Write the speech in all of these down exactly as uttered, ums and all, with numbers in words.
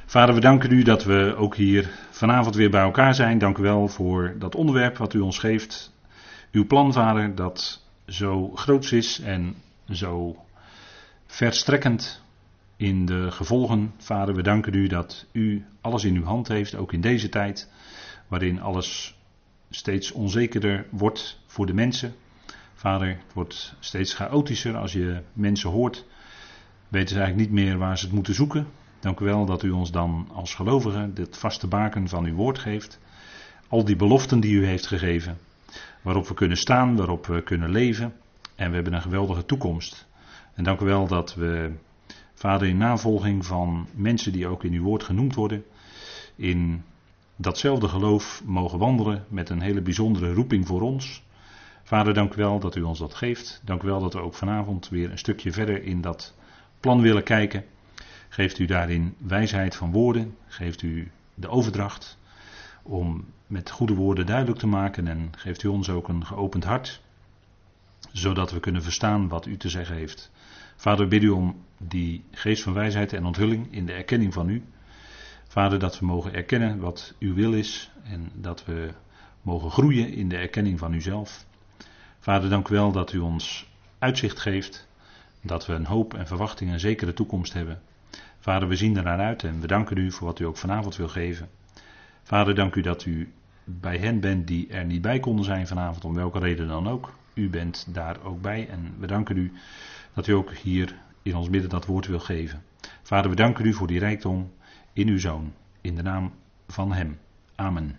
Vader, we danken u dat we ook hier vanavond weer bij elkaar zijn. Dank u wel voor dat onderwerp wat u ons geeft. Uw plan, Vader, dat zo groots is en zo verstrekkend in de gevolgen. Vader, we danken u dat u alles in uw hand heeft, ook in deze tijd, waarin alles steeds onzekerder wordt voor de mensen. Vader, het wordt steeds chaotischer. Als je mensen hoort, weten ze eigenlijk niet meer waar ze het moeten zoeken. Dank u wel dat u ons dan als gelovigen dit vaste baken van uw woord geeft. Al die beloften die u heeft gegeven, waarop we kunnen staan, waarop we kunnen leven. En we hebben een geweldige toekomst. En dank u wel dat we, Vader, in navolging van mensen die ook in uw woord genoemd worden, in datzelfde geloof mogen wandelen met een hele bijzondere roeping voor ons. Vader, dank u wel dat u ons dat geeft. Dank u wel dat we ook vanavond weer een stukje verder in dat plan willen kijken. Geeft u daarin wijsheid van woorden. Geeft u de overdracht om met goede woorden duidelijk te maken. En geeft u ons ook een geopend hart, zodat we kunnen verstaan wat u te zeggen heeft. Vader, bid u om die geest van wijsheid en onthulling in de erkenning van u. Vader, dat we mogen erkennen wat uw wil is en dat we mogen groeien in de erkenning van uzelf. Vader, dank u wel dat u ons uitzicht geeft, dat we een hoop en verwachting en zekere toekomst hebben. Vader, we zien er naar uit en we danken u voor wat u ook vanavond wil geven. Vader, dank u dat u bij hen bent die er niet bij konden zijn vanavond, om welke reden dan ook. U bent daar ook bij en we danken u dat u ook hier in ons midden dat woord wil geven. Vader, we danken u voor die rijkdom in uw Zoon, in de naam van hem. Amen.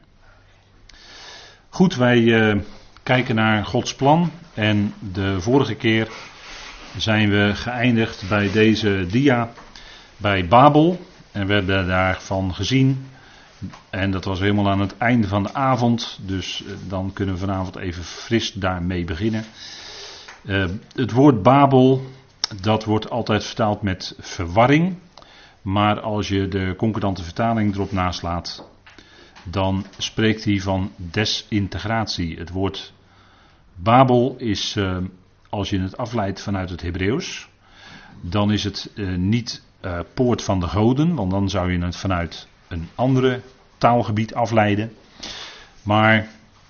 Goed, wij uh, kijken naar Gods plan en de vorige keer zijn we geëindigd bij deze dia, bij Babel. En we hebben daarvan gezien, en dat was helemaal aan het einde van de avond, dus uh, dan kunnen we vanavond even fris daarmee beginnen. Uh, het woord Babel, dat wordt altijd vertaald met verwarring. Maar als je de concordante vertaling erop naslaat, dan spreekt hij van desintegratie. Het woord Babel is, uh, als je het afleidt vanuit het Hebreeuws, dan is het uh, niet uh, poort van de goden, want dan zou je het vanuit een andere taalgebied afleiden. Maar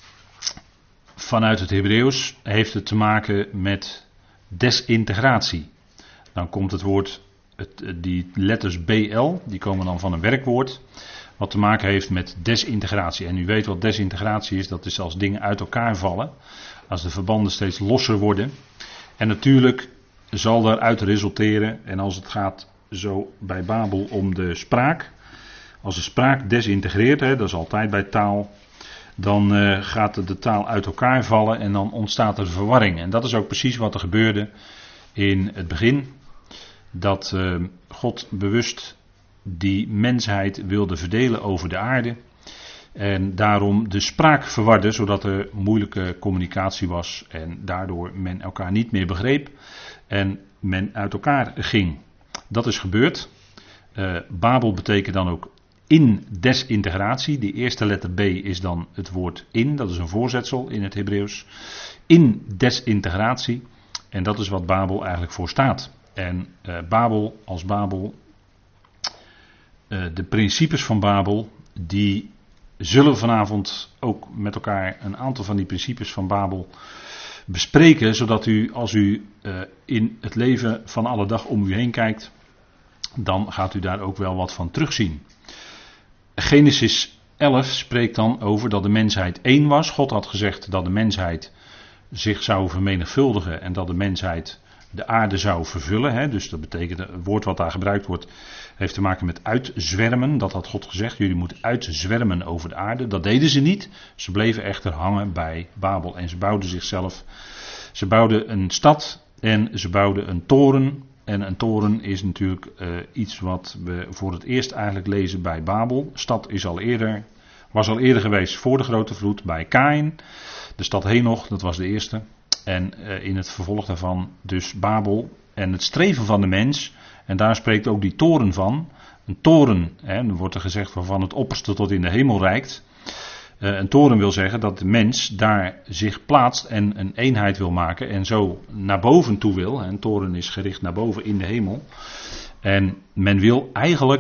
vanuit het Hebreeuws heeft het te maken met desintegratie. Dan komt het woord, het, die letters B L, die komen dan van een werkwoord, wat te maken heeft met desintegratie. En u weet wat desintegratie is, dat is als dingen uit elkaar vallen, als de verbanden steeds losser worden. En natuurlijk zal daaruit resulteren, en als het gaat zo bij Babel om de spraak, als de spraak desintegreert, hè, dat is altijd bij taal, dan uh, gaat de taal uit elkaar vallen en dan ontstaat er verwarring. En dat is ook precies wat er gebeurde in het begin. Dat uh, God bewust die mensheid wilde verdelen over de aarde. En daarom de spraak verwarde, zodat er moeilijke communicatie was. En daardoor men elkaar niet meer begreep. En men uit elkaar ging. Dat is gebeurd. Uh, Babel betekent dan ook in desintegratie. Die eerste letter B is dan het woord in. Dat is een voorzetsel in het Hebreeuws. In desintegratie. En dat is wat Babel eigenlijk voor staat. En uh, Babel als Babel, uh, de principes van Babel, die zullen we vanavond ook met elkaar een aantal van die principes van Babel bespreken, zodat u als u uh, in het leven van alle dag om u heen kijkt, dan gaat u daar ook wel wat van terugzien. Genesis elf spreekt dan over dat de mensheid één was. God had gezegd dat de mensheid zich zou vermenigvuldigen en dat de mensheid de aarde zou vervullen. Hè. Dus dat betekent, het woord wat daar gebruikt wordt, heeft te maken met uitzwermen. Dat had God gezegd, jullie moeten uitzwermen over de aarde. Dat deden ze niet. Ze bleven echter hangen bij Babel. En ze bouwden zichzelf, ze bouwden een stad en ze bouwden een toren. En een toren is natuurlijk uh, iets wat we voor het eerst eigenlijk lezen bij Babel. Stad is al eerder, was al eerder geweest voor de grote vloed bij Kaïn. De stad Henoch, dat was de eerste. En uh, in het vervolg daarvan dus Babel en het streven van de mens. En daar spreekt ook die toren van. Een toren, hè, dan wordt er gezegd van het opperste tot in de hemel reikt. Uh, een toren wil zeggen dat de mens daar zich plaatst en een eenheid wil maken. En zo naar boven toe wil. Een toren is gericht naar boven in de hemel. En men wil eigenlijk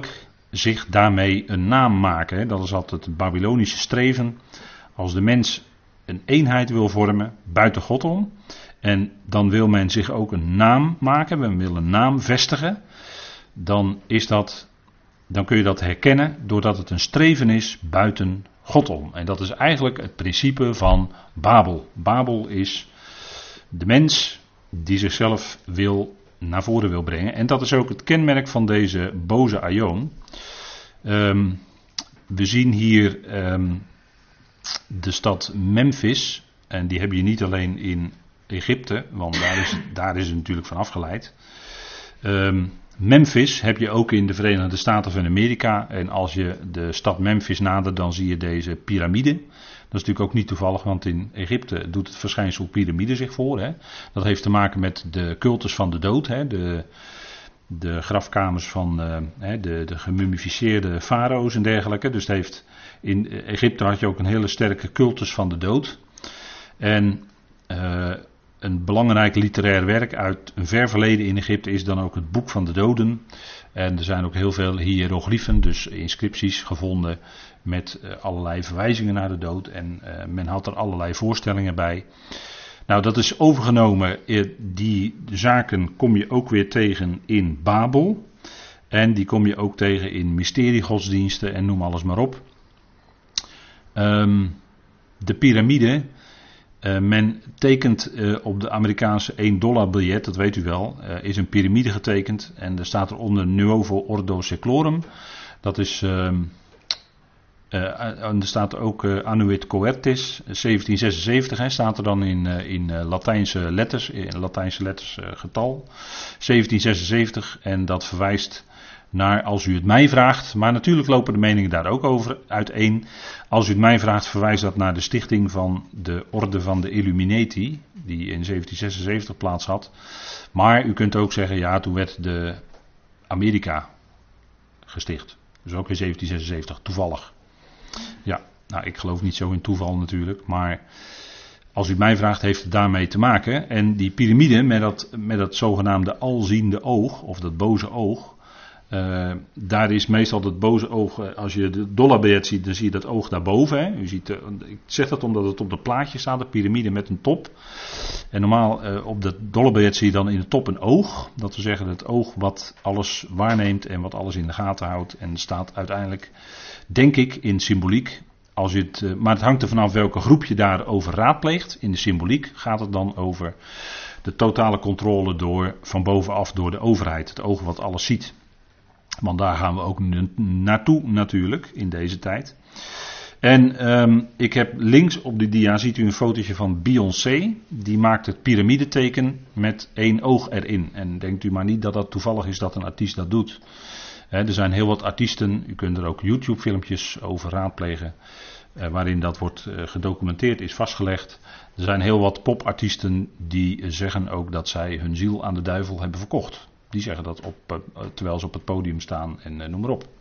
zich daarmee een naam maken. Hè. Dat is altijd het Babylonische streven. Als de mens een eenheid wil vormen buiten God om. En dan wil men zich ook een naam maken. Men wil een naam vestigen. Dan is dat, dan kun je dat herkennen doordat het een streven is buiten God om. En dat is eigenlijk het principe van Babel. Babel is de mens die zichzelf wil naar voren wil brengen. En dat is ook het kenmerk van deze boze aion. Um, we zien hier um, de stad Memphis. En die heb je niet alleen in Egypte, want daar is, daar is het natuurlijk van afgeleid. Um, Memphis heb je ook in de Verenigde Staten van Amerika. En als je de stad Memphis nadert, dan zie je deze piramide. Dat is natuurlijk ook niet toevallig, want in Egypte doet het verschijnsel piramide zich voor. Hè. Dat heeft te maken met de cultus van de dood. Hè. De, de grafkamers van uh, de, de gemummificeerde farao's en dergelijke. Dus het heeft, in Egypte had je ook een hele sterke cultus van de dood. En uh, een belangrijk literair werk uit een ver verleden in Egypte is dan ook het Boek van de Doden. En er zijn ook heel veel hieroglyphen, dus inscripties gevonden met uh, allerlei verwijzingen naar de dood. En uh, men had er allerlei voorstellingen bij. Nou, dat is overgenomen. Die zaken kom je ook weer tegen in Babel. En die kom je ook tegen in mysteriegodsdiensten en noem alles maar op. Um, de piramide. Uh, men tekent uh, op de Amerikaanse één dollar biljet, dat weet u wel, uh, is een piramide getekend. En er staat eronder Nuovo Ordo Seclorum. Dat is, uh, uh, en er staat ook uh, Annuit Coertis, zeventien zesenzeventig, hè, staat er dan in, uh, in uh, Latijnse letters, in Latijnse letters uh, getal. zeventien zesenzeventig en dat verwijst naar als u het mij vraagt, maar natuurlijk lopen de meningen daar ook over uiteen. Als u het mij vraagt, verwijst dat naar de stichting van de Orde van de Illuminati, die in zeventien zesenzeventig plaats had. Maar u kunt ook zeggen, ja, toen werd de Amerika gesticht. Dus ook in zeventien zesenzeventig, toevallig. Ja, nou, ik geloof niet zo in toeval natuurlijk, maar als u het mij vraagt, heeft het daarmee te maken. En die piramide met dat, met dat zogenaamde alziende oog, of dat boze oog. Uh, daar is meestal het boze oog, uh, als je de dollarbiljet ziet, dan zie je dat oog daarboven. Hè. U ziet, uh, ik zeg dat omdat het op dat plaatje staat, de piramide met een top. En normaal uh, op dat dollarbiljet zie je dan in de top een oog. Dat wil zeggen het oog wat alles waarneemt en wat alles in de gaten houdt. En staat uiteindelijk, denk ik, in symboliek. Als je het, uh, maar het hangt er vanaf welke groep je daarover raadpleegt. In de symboliek gaat het dan over de totale controle door, van bovenaf door de overheid. Het oog wat alles ziet. Want daar gaan we ook naartoe natuurlijk in deze tijd. En um, ik heb links op de dia ziet u een fotootje van Beyoncé. Die maakt het piramideteken met één oog erin. En denkt u maar niet dat dat toevallig is dat een artiest dat doet. He, er zijn heel wat artiesten. U kunt er ook YouTube filmpjes over raadplegen. Uh, waarin dat wordt uh, gedocumenteerd, is vastgelegd. Er zijn heel wat popartiesten die uh, zeggen ook dat zij hun ziel aan de duivel hebben verkocht. Die zeggen dat op, uh, terwijl ze op het podium staan en uh, noem maar op.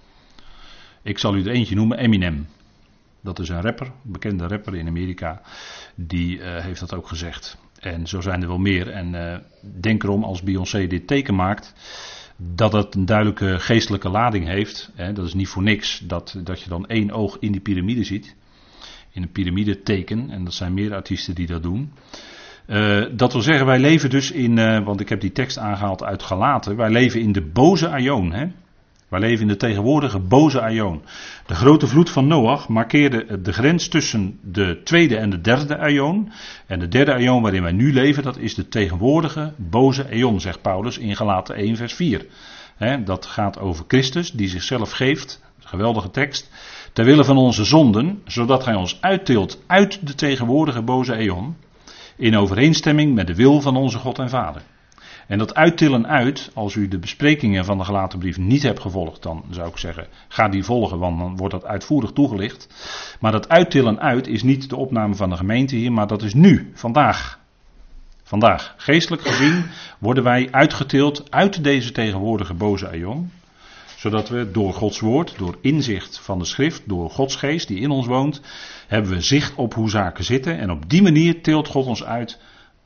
Ik zal u er eentje noemen, Eminem. Dat is een rapper, een bekende rapper in Amerika. Die uh, heeft dat ook gezegd. En zo zijn er wel meer. En uh, denk erom, als Beyoncé dit teken maakt, dat het een duidelijke geestelijke lading heeft. Hè, dat is niet voor niks dat, dat je dan één oog in die piramide ziet. In een piramideteken. En dat zijn meer artiesten die dat doen. Uh, dat wil zeggen, wij leven dus in, uh, want ik heb die tekst aangehaald uit Galaten. Wij leven in de boze aion. Hè? Wij leven in de tegenwoordige boze aion. De grote vloed van Noach markeerde de grens tussen de tweede en de derde aion. En de derde aion waarin wij nu leven, dat is de tegenwoordige boze aion, zegt Paulus in Galaten één vers vier. Hè, dat gaat over Christus die zichzelf geeft, geweldige tekst, ter wille van onze zonden, zodat hij ons uittilt uit de tegenwoordige boze aion. In overeenstemming met de wil van onze God en Vader. En dat uittillen uit, als u de besprekingen van de Galatenbrief niet hebt gevolgd, dan zou ik zeggen, ga die volgen, want dan wordt dat uitvoerig toegelicht. Maar dat uittillen uit is niet de opname van de gemeente hier, maar dat is nu, vandaag. Vandaag, geestelijk gezien, worden wij uitgetild uit deze tegenwoordige boze aion. Zodat we door Gods woord, door inzicht van de schrift, door Gods geest die in ons woont, hebben we zicht op hoe zaken zitten. En op die manier tilt God ons uit,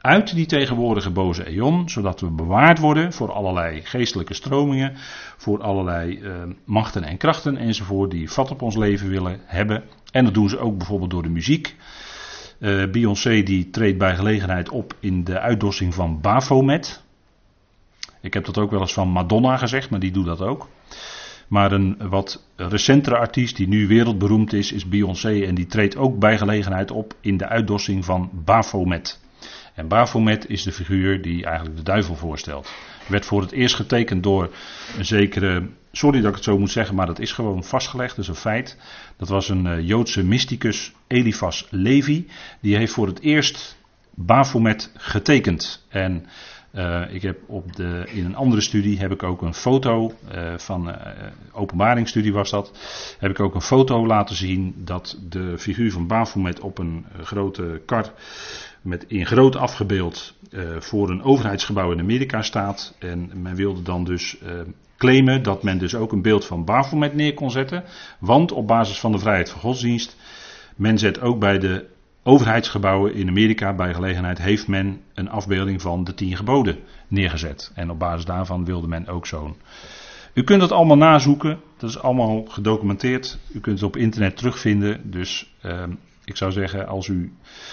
uit die tegenwoordige boze eon, zodat we bewaard worden voor allerlei geestelijke stromingen, voor allerlei uh, machten en krachten enzovoort die vat op ons leven willen hebben. En dat doen ze ook bijvoorbeeld door de muziek. Uh, Beyoncé die treedt bij gelegenheid op in de uitdossing van Baphomet. Ik heb dat ook wel eens van Madonna gezegd, maar die doet dat ook. Maar een wat recentere artiest die nu wereldberoemd is, is Beyoncé. En die treedt ook bij gelegenheid op in de uitdossing van Baphomet. En Baphomet is de figuur die eigenlijk de duivel voorstelt. Werd voor het eerst getekend door een zekere, sorry dat ik het zo moet zeggen, maar dat is gewoon vastgelegd, dat is een feit. Dat was een uh, Joodse mysticus, Eliphas Levi. Die heeft voor het eerst Baphomet getekend. En uh, ik heb op de, in een andere studie heb ik ook een foto uh, van uh, openbaringsstudie was dat. Heb ik ook een foto laten zien dat de figuur van Baphomet op een uh, grote kar met in groot afgebeeld uh, voor een overheidsgebouw in Amerika staat. En men wilde dan dus uh, claimen dat men dus ook een beeld van Baphomet neer kon zetten. Want op basis van de vrijheid van godsdienst, men zet ook bij de overheidsgebouwen in Amerika bij gelegenheid, heeft men een afbeelding van de tien geboden neergezet. En op basis daarvan wilde men ook zo'n. U kunt dat allemaal nazoeken, dat is allemaal gedocumenteerd. U kunt het op internet terugvinden. Dus uh, ik zou zeggen, als u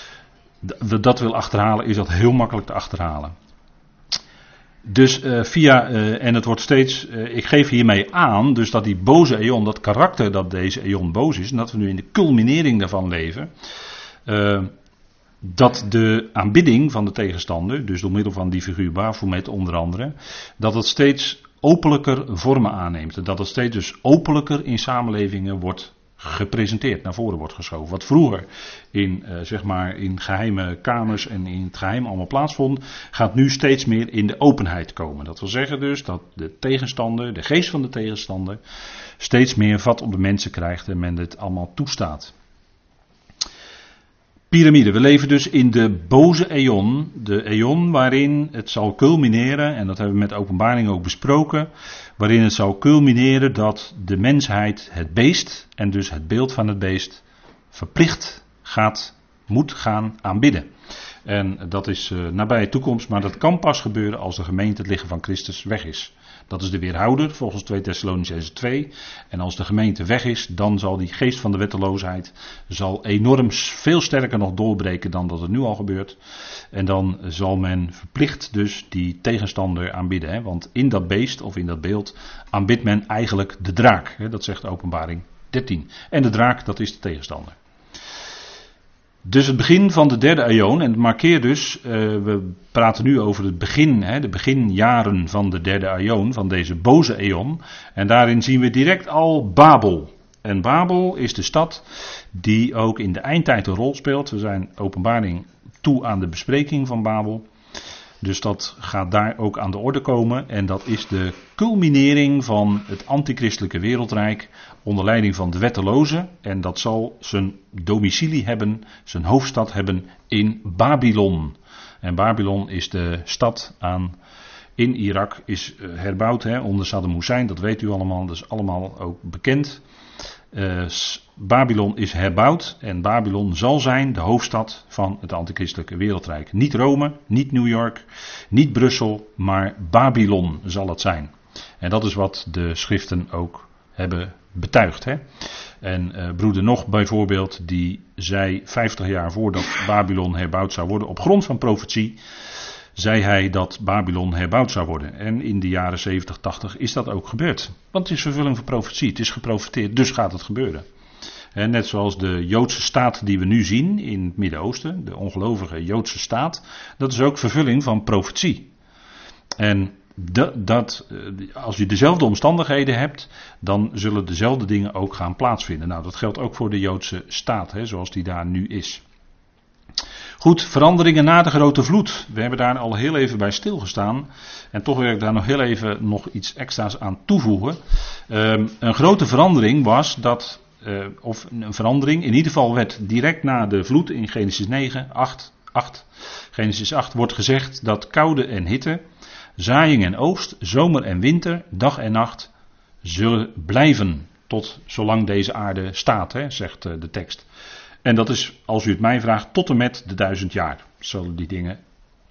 dat wil achterhalen, is dat heel makkelijk te achterhalen. Dus uh, via, uh, en het wordt steeds, uh, ik geef hiermee aan, dus dat die boze eon, dat karakter dat deze eon boos is, en dat we nu in de culminering daarvan leven, uh, dat de aanbidding van de tegenstander, dus door middel van die figuur Baphomet onder andere, dat het steeds openlijker vormen aanneemt. En dat het steeds dus openlijker in samenlevingen wordt gepresenteerd, naar voren wordt geschoven. Wat vroeger in, uh, zeg maar in geheime kamers en in het geheim allemaal plaatsvond, gaat nu steeds meer in de openheid komen. Dat wil zeggen dus dat de tegenstander, de geest van de tegenstander, steeds meer vat op de mensen krijgt en men dit allemaal toestaat. Pyramide. We leven dus in de boze eon. De eon waarin het zal culmineren, en dat hebben we met openbaring ook besproken, waarin het zal culmineren dat de mensheid het beest, en dus het beeld van het beest, verplicht gaat, moet gaan aanbidden. En dat is uh, nabije toekomst, maar dat kan pas gebeuren als de gemeente het lichaam van Christus weg is. Dat is de weerhouder, volgens twee Thessalonicenzen twee. En als de gemeente weg is, dan zal die geest van de wetteloosheid zal enorm veel sterker nog doorbreken dan dat het nu al gebeurt. En dan zal men verplicht dus die tegenstander aanbidden. Hè? Want in dat beest of in dat beeld aanbidt men eigenlijk de draak. Hè? Dat zegt de Openbaring dertien. En de draak, dat is de tegenstander. Dus het begin van de derde eon, en het markeert dus, uh, we praten nu over het begin, hè, de beginjaren van de derde eon, van deze boze eon. En daarin zien we direct al Babel. En Babel is de stad die ook in de eindtijd een rol speelt. We zijn openbaring toe aan de bespreking van Babel. Dus dat gaat daar ook aan de orde komen. En dat is de culminering van het antichristelijke wereldrijk onder leiding van de wetteloze. En dat zal zijn domicilie hebben, zijn hoofdstad hebben in Babylon. En Babylon is de stad aan, in Irak, is herbouwd hè, onder Saddam Hussein. Dat weet u allemaal, dat is allemaal ook bekend. Uh, Babylon is herbouwd en Babylon zal zijn de hoofdstad van het antichristelijke wereldrijk. Niet Rome, niet New York, niet Brussel, maar Babylon zal het zijn. En dat is wat de schriften ook hebben betuigd. Hè? En uh, broeder Nog bijvoorbeeld, die zei vijftig jaar voordat Babylon herbouwd zou worden, op grond van profetie, zei hij dat Babylon herbouwd zou worden. En in de jaren zeventig, tachtig is dat ook gebeurd. Want het is vervulling van profetie. Het is geprofeteerd, dus gaat het gebeuren. En net zoals de Joodse staat die we nu zien in het Midden-Oosten, de ongelovige Joodse staat, dat is ook vervulling van profetie. En dat, dat, als je dezelfde omstandigheden hebt, dan zullen dezelfde dingen ook gaan plaatsvinden. Nou, dat geldt ook voor de Joodse staat, hè, zoals die daar nu is. Goed, veranderingen na de grote vloed. We hebben daar al heel even bij stilgestaan. En toch wil ik daar nog heel even nog iets extra's aan toevoegen. Um, een grote verandering was dat, uh, of een verandering, in ieder geval werd direct na de vloed in Genesis negen, acht, acht, Genesis acht wordt gezegd dat koude en hitte, zaaiing en oogst, zomer en winter, dag en nacht zullen blijven. Tot zolang deze aarde staat, hè, zegt uh, de tekst. En dat is, als u het mij vraagt, tot en met de duizend jaar zullen die dingen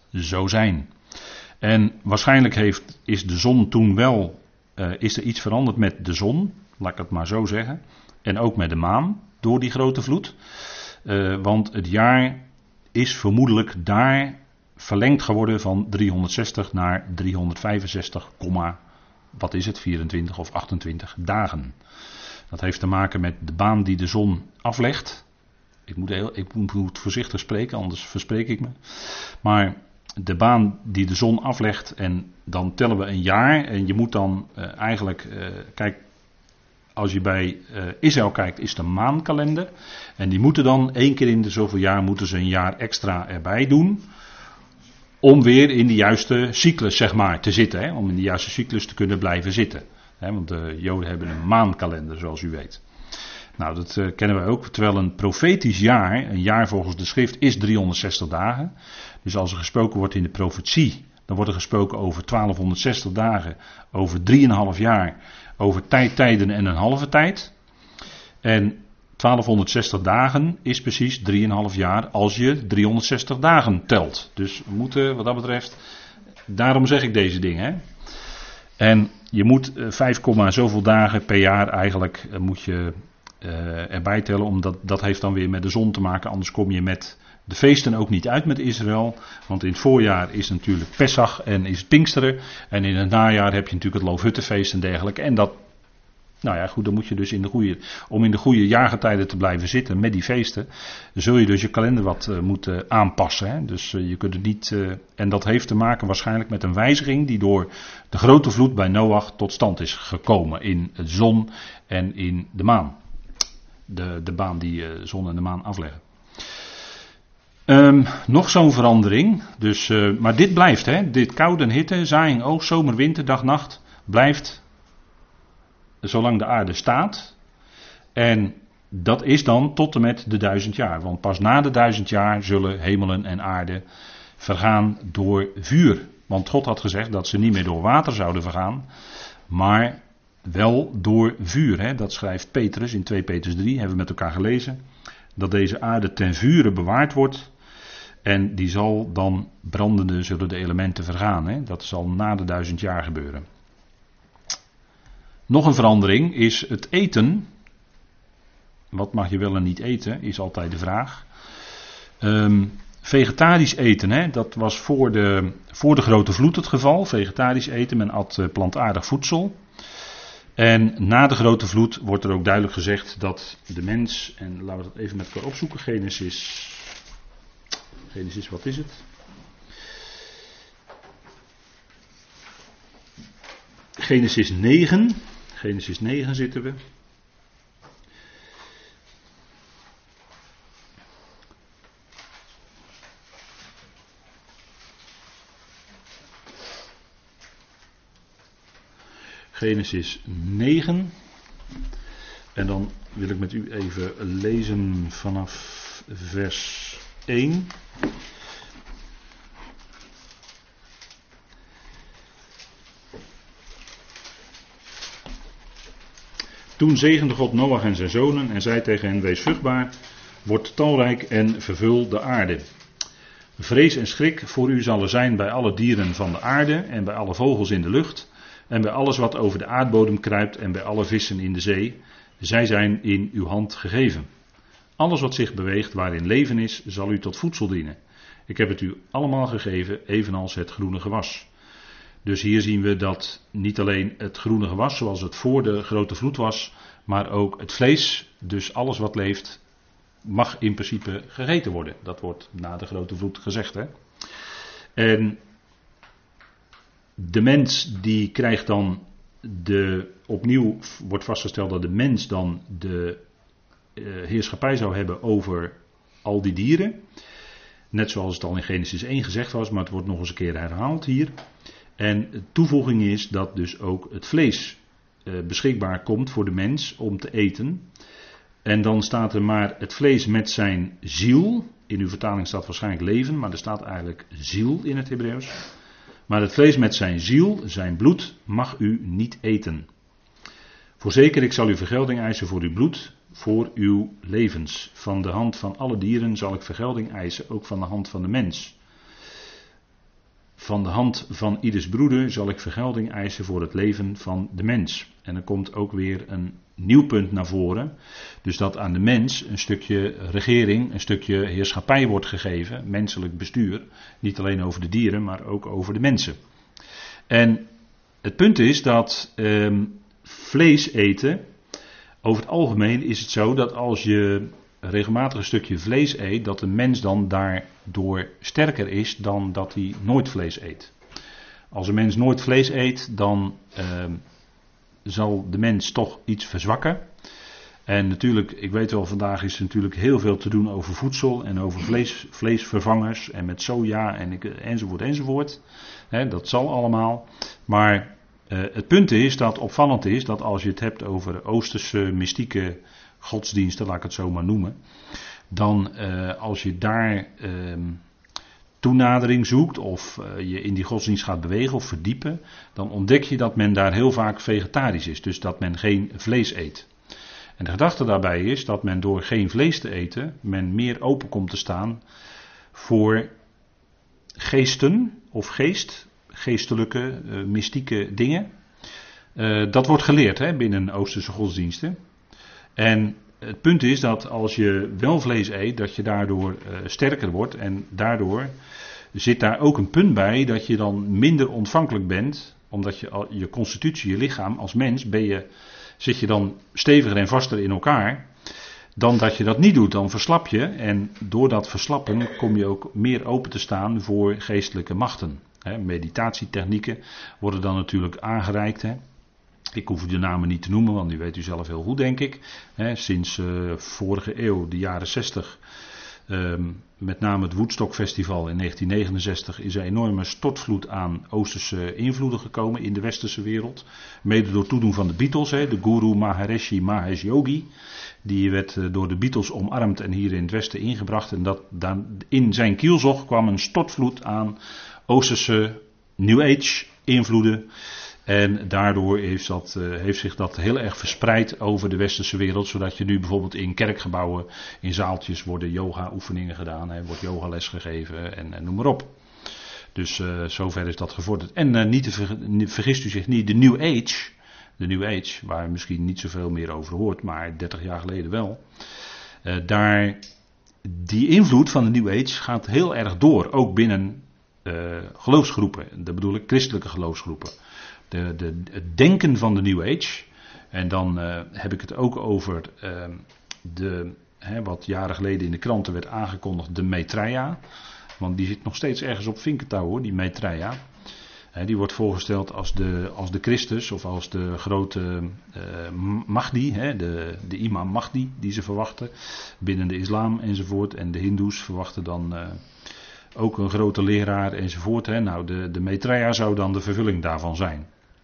zo zijn. En waarschijnlijk heeft, is de zon toen wel, uh, is er iets veranderd met de zon, laat ik het maar zo zeggen. En ook met de maan, door die grote vloed. Uh, want het jaar is vermoedelijk daar verlengd geworden van driehonderdzestig naar driehonderdvijfenzestig, wat is het, vierentwintig of achtentwintig dagen. Dat heeft te maken met de baan die de zon aflegt. Ik moet, heel, ik moet voorzichtig spreken, anders verspreek ik me. Maar de baan die de zon aflegt, en dan tellen we een jaar. En je moet dan uh, eigenlijk, uh, kijk, als je bij uh, Israël kijkt, is het een maankalender. En die moeten dan één keer in de zoveel jaar, moeten ze een jaar extra erbij doen. Om weer in de juiste cyclus, zeg maar, te zitten. Hè? Om in de juiste cyclus te kunnen blijven zitten. Hè? Want de Joden hebben een maankalender, zoals u weet. Nou, dat uh, kennen we ook. Terwijl een profetisch jaar, een jaar volgens de schrift, is driehonderdzestig dagen. Dus als er gesproken wordt in de profetie, dan wordt er gesproken over twaalfhonderdzestig dagen, over drieënhalf jaar, over tijdtijden en een halve tijd. En twaalfhonderdzestig dagen is precies drieënhalf jaar als je driehonderdzestig dagen telt. Dus we moeten wat dat betreft, daarom zeg ik deze dingen. Hè? En je moet vijf, zoveel dagen per jaar eigenlijk moet je uh, erbij tellen, omdat dat heeft dan weer met de zon te maken. Anders kom je met de feesten ook niet uit met Israël. Want in het voorjaar is natuurlijk Pesach en is het Pinksteren. En in het najaar heb je natuurlijk het Loofhuttenfeest en dergelijke. En dat, nou ja goed, dan moet je dus in de goede, om in de goede jaargetijden te blijven zitten met die feesten, zul je dus je kalender wat uh, moeten aanpassen. Hè? Dus uh, je kunt het niet, uh, en dat heeft te maken waarschijnlijk met een wijziging die door de grote vloed bij Noach tot stand is gekomen in de zon en in de maan. De, de baan die de uh, zon en de maan afleggen. Um, nog zo'n verandering, dus, uh, maar dit blijft, hè? Dit koude en hitte, zaaiing, oogst, zomer, winter, dag, nacht, blijft zolang de aarde staat. En dat is dan tot en met de duizend jaar, want pas na de duizend jaar zullen hemelen en aarde vergaan door vuur. Want God had gezegd dat ze niet meer door water zouden vergaan, maar wel door vuur. Hè? Dat schrijft Petrus in twee Petrus drie, hebben we met elkaar gelezen. Dat deze aarde ten vure bewaard wordt. En die zal dan brandende, zullen de elementen vergaan. Hè? Dat zal na de duizend jaar gebeuren. Nog een verandering is het eten. Wat mag je wel en niet eten, is altijd de vraag. Um, vegetarisch eten, hè? Dat was voor de, voor de grote vloed het geval. Vegetarisch eten, men at uh, plantaardig voedsel. En na de grote vloed wordt er ook duidelijk gezegd dat de mens, en laten we dat even met elkaar opzoeken, Genesis, Genesis wat is het? Genesis negen, Genesis negen zitten we. Genesis negen. En dan wil ik met u even lezen vanaf vers één. Toen zegende God Noach en zijn zonen en zei tegen hen: wees vruchtbaar, word talrijk en vervul de aarde. Vrees en schrik voor u zal er zijn bij alle dieren van de aarde en bij alle vogels in de lucht. En bij alles wat over de aardbodem kruipt en bij alle vissen in de zee, zij zijn in uw hand gegeven. Alles wat zich beweegt waarin leven is, zal u tot voedsel dienen. Ik heb het u allemaal gegeven, evenals het groene gewas. Dus hier zien we dat niet alleen het groene gewas zoals het voor de grote vloed was, maar ook het vlees, dus alles wat leeft, mag in principe gegeten worden. Dat wordt na de grote vloed gezegd. Hè? En de mens die krijgt dan de, opnieuw wordt vastgesteld dat de mens dan de uh, heerschappij zou hebben over al die dieren. Net zoals het al in Genesis één gezegd was, maar het wordt nog eens een keer herhaald hier. En de toevoeging is dat dus ook het vlees uh, beschikbaar komt voor de mens om te eten. En dan staat er maar het vlees met zijn ziel. In uw vertaling staat waarschijnlijk leven, maar er staat eigenlijk ziel in het Hebreeuws. Maar het vlees met zijn ziel, zijn bloed, mag u niet eten. Voorzeker, ik zal u vergelding eisen voor uw bloed, voor uw levens. Van de hand van alle dieren zal ik vergelding eisen, ook van de hand van de mens. van de hand van ieders broeder zal ik vergelding eisen voor het leven van de mens. En er komt ook weer een nieuw punt naar voren. Dus dat aan de mens een stukje regering, een stukje heerschappij wordt gegeven, menselijk bestuur. Niet alleen over de dieren, maar ook over de mensen. En het punt is dat eh, vlees eten, over het algemeen is het zo dat als je regelmatig een stukje vlees eet, dat de mens dan daardoor sterker is dan dat hij nooit vlees eet. Als een mens nooit vlees eet, dan uh, zal de mens toch iets verzwakken. En natuurlijk, ik weet wel, vandaag is er natuurlijk heel veel te doen over voedsel en over vlees, vleesvervangers en met soja en, enzovoort enzovoort. He, dat zal allemaal. Maar uh, het punt is dat opvallend is dat als je het hebt over Oosterse mystieke godsdiensten, laat ik het zo maar noemen, dan uh, als je daar uh, toenadering zoekt of uh, je in die godsdienst gaat bewegen of verdiepen, dan ontdek je dat men daar heel vaak vegetarisch is, dus dat men geen vlees eet. En de gedachte daarbij is dat men door geen vlees te eten, men meer open komt te staan voor geesten of geest, geestelijke, uh, mystieke dingen. Uh, dat wordt geleerd hè, binnen Oosterse godsdiensten. En het punt is dat als je wel vlees eet, dat je daardoor uh, sterker wordt. En daardoor zit daar ook een punt bij dat je dan minder ontvankelijk bent. Omdat je al, je constitutie, je lichaam als mens, ben je, zit je dan steviger en vaster in elkaar. Dan dat je dat niet doet, dan verslap je. En door dat verslappen kom je ook meer open te staan voor geestelijke machten. He, meditatietechnieken worden dan natuurlijk aangereikt. He. Ik hoef u de namen niet te noemen, want die weet u zelf heel goed, denk ik. He, sinds uh, vorige eeuw, de jaren zestig, um, met name het Woodstock Festival in negentien negenenzestig, is er een enorme stortvloed aan Oosterse invloeden gekomen in de westerse wereld. Mede door toedoen van de Beatles, he, de guru Maharishi Mahesh Yogi. Die werd uh, door de Beatles omarmd en hier in het westen ingebracht. En dat, dan, in zijn kielzog kwam een stortvloed aan Oosterse New Age invloeden. En daardoor heeft, dat, uh, heeft zich dat heel erg verspreid over de westerse wereld. Zodat je nu bijvoorbeeld in kerkgebouwen, in zaaltjes worden yoga oefeningen gedaan. Hè, wordt yogales gegeven en, en noem maar op. Dus uh, zover is dat gevorderd. En uh, niet te ver, vergist u zich niet, de New Age. De New Age, waar u misschien niet zoveel meer over hoort, maar dertig jaar geleden wel. Uh, daar, die invloed van de New Age gaat heel erg door. Ook binnen uh, geloofsgroepen. Dat bedoel ik christelijke geloofsgroepen. De, de, het denken van de New Age. En dan uh, heb ik het ook over uh, de, hè, wat jaren geleden in de kranten werd aangekondigd, de Maitreya. Want die zit nog steeds ergens op vinkertouw hoor, die Maitreya. Hè, die wordt voorgesteld als de, als de Christus of als de grote uh, Mahdi, hè, de, de imam Mahdi die ze verwachten. Binnen de islam enzovoort. En de hindoes verwachten dan uh, ook een grote leraar enzovoort. Hè. Nou, de, de Maitreya zou dan de vervulling daarvan zijn.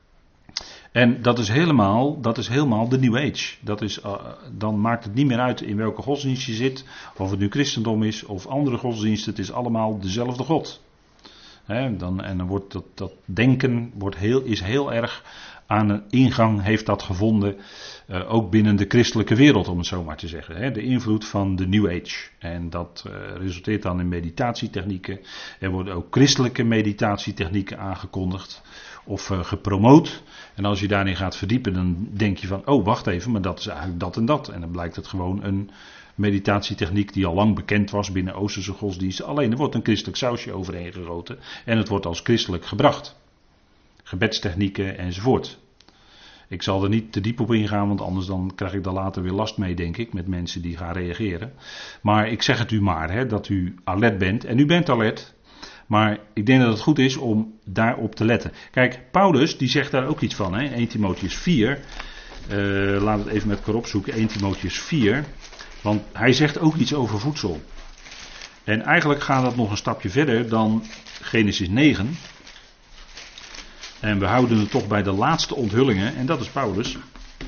En dat is helemaal, dat is helemaal de New Age. Dat is, uh, dan maakt het niet meer uit in welke godsdienst je zit. Of het nu christendom is of andere godsdiensten. Het is allemaal dezelfde God. He, dan, en dan wordt dat, dat denken wordt heel, is heel erg aan een ingang heeft dat gevonden. Uh, ook binnen de christelijke wereld om het zo maar te zeggen. He, de invloed van de New Age. En dat uh, resulteert dan in meditatietechnieken. Er worden ook christelijke meditatietechnieken aangekondigd. Of uh, gepromoot. En als je daarin gaat verdiepen, dan denk je van, oh wacht even, maar dat is eigenlijk dat en dat. En dan blijkt het gewoon een meditatietechniek die al lang bekend was binnen Oosterse godsdiensten. Alleen er wordt een christelijk sausje overheen gegoten. En het wordt als christelijk gebracht. Gebedstechnieken enzovoort. Ik zal er niet te diep op ingaan, want anders dan krijg ik daar later weer last mee, denk ik, met mensen die gaan reageren. Maar ik zeg het u maar, hè, dat u alert bent. En u bent alert. Maar ik denk dat het goed is om daarop te letten. Kijk, Paulus die zegt daar ook iets van. Hè? Eerste Timotheüs vier. Uh, laat het even met elkaar opzoeken. Eerste Timotheüs vier. Want hij zegt ook iets over voedsel. En eigenlijk gaat dat nog een stapje verder dan Genesis negen. En we houden het toch bij de laatste onthullingen. En dat is Paulus.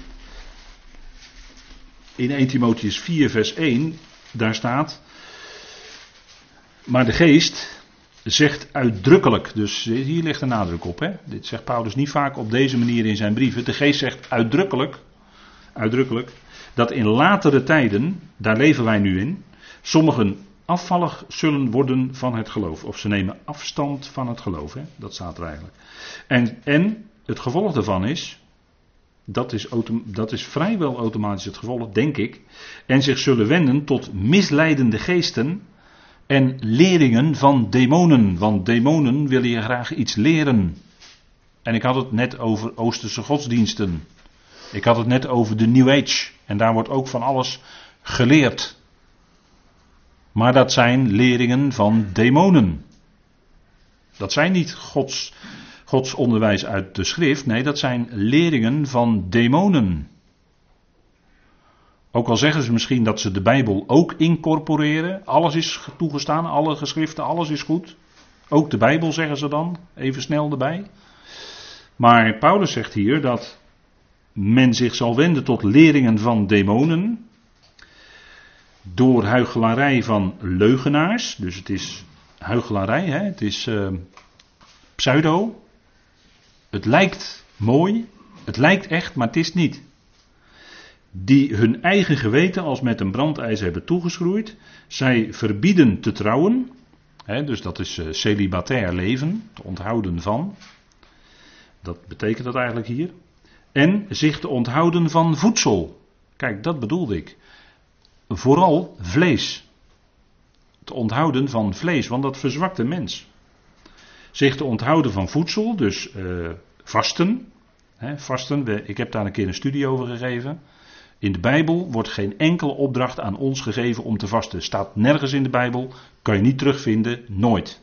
In Eerste Timotheüs vier vers één. Daar staat. Maar de geest zegt uitdrukkelijk, dus hier ligt de nadruk op. Hè? Dit zegt Paulus niet vaak op deze manier in zijn brieven. De geest zegt uitdrukkelijk, uitdrukkelijk, dat in latere tijden, daar leven wij nu in, sommigen afvallig zullen worden van het geloof. Of ze nemen afstand van het geloof. Hè? Dat staat er eigenlijk. En, en het gevolg daarvan is, dat is, autom- dat is vrijwel automatisch het gevolg, denk ik. En zich zullen wenden tot misleidende geesten en leringen van demonen. Want demonen willen je graag iets leren. En ik had het net over Oosterse godsdiensten. Ik had het net over de New Age. En daar wordt ook van alles geleerd. Maar dat zijn leringen van demonen. Dat zijn niet Gods, Gods onderwijs uit de schrift. Nee, dat zijn leringen van demonen. Ook al zeggen ze misschien dat ze de Bijbel ook incorporeren. Alles is toegestaan, alle geschriften, alles is goed. Ook de Bijbel zeggen ze dan, even snel erbij. Maar Paulus zegt hier dat men zich zal wenden tot leringen van demonen. Door huichelarij van leugenaars. Dus het is huichelarij, hè? Het is uh, pseudo. Het lijkt mooi. Het lijkt echt, maar het is niet. Die hun eigen geweten als met een brandijzer hebben toegeschroeid. Zij verbieden te trouwen. Hè, dus dat is uh, celibatair leven. Te onthouden van. Dat betekent dat eigenlijk hier. En zich te onthouden van voedsel. Kijk, dat bedoelde ik. Vooral vlees. Te onthouden van vlees, want dat verzwakt de mens. Zich te onthouden van voedsel, dus uh, vasten. Hè, vasten, ik heb daar een keer een studie over gegeven. In de Bijbel wordt geen enkele opdracht aan ons gegeven om te vasten. Staat nergens in de Bijbel, kan je niet terugvinden, nooit.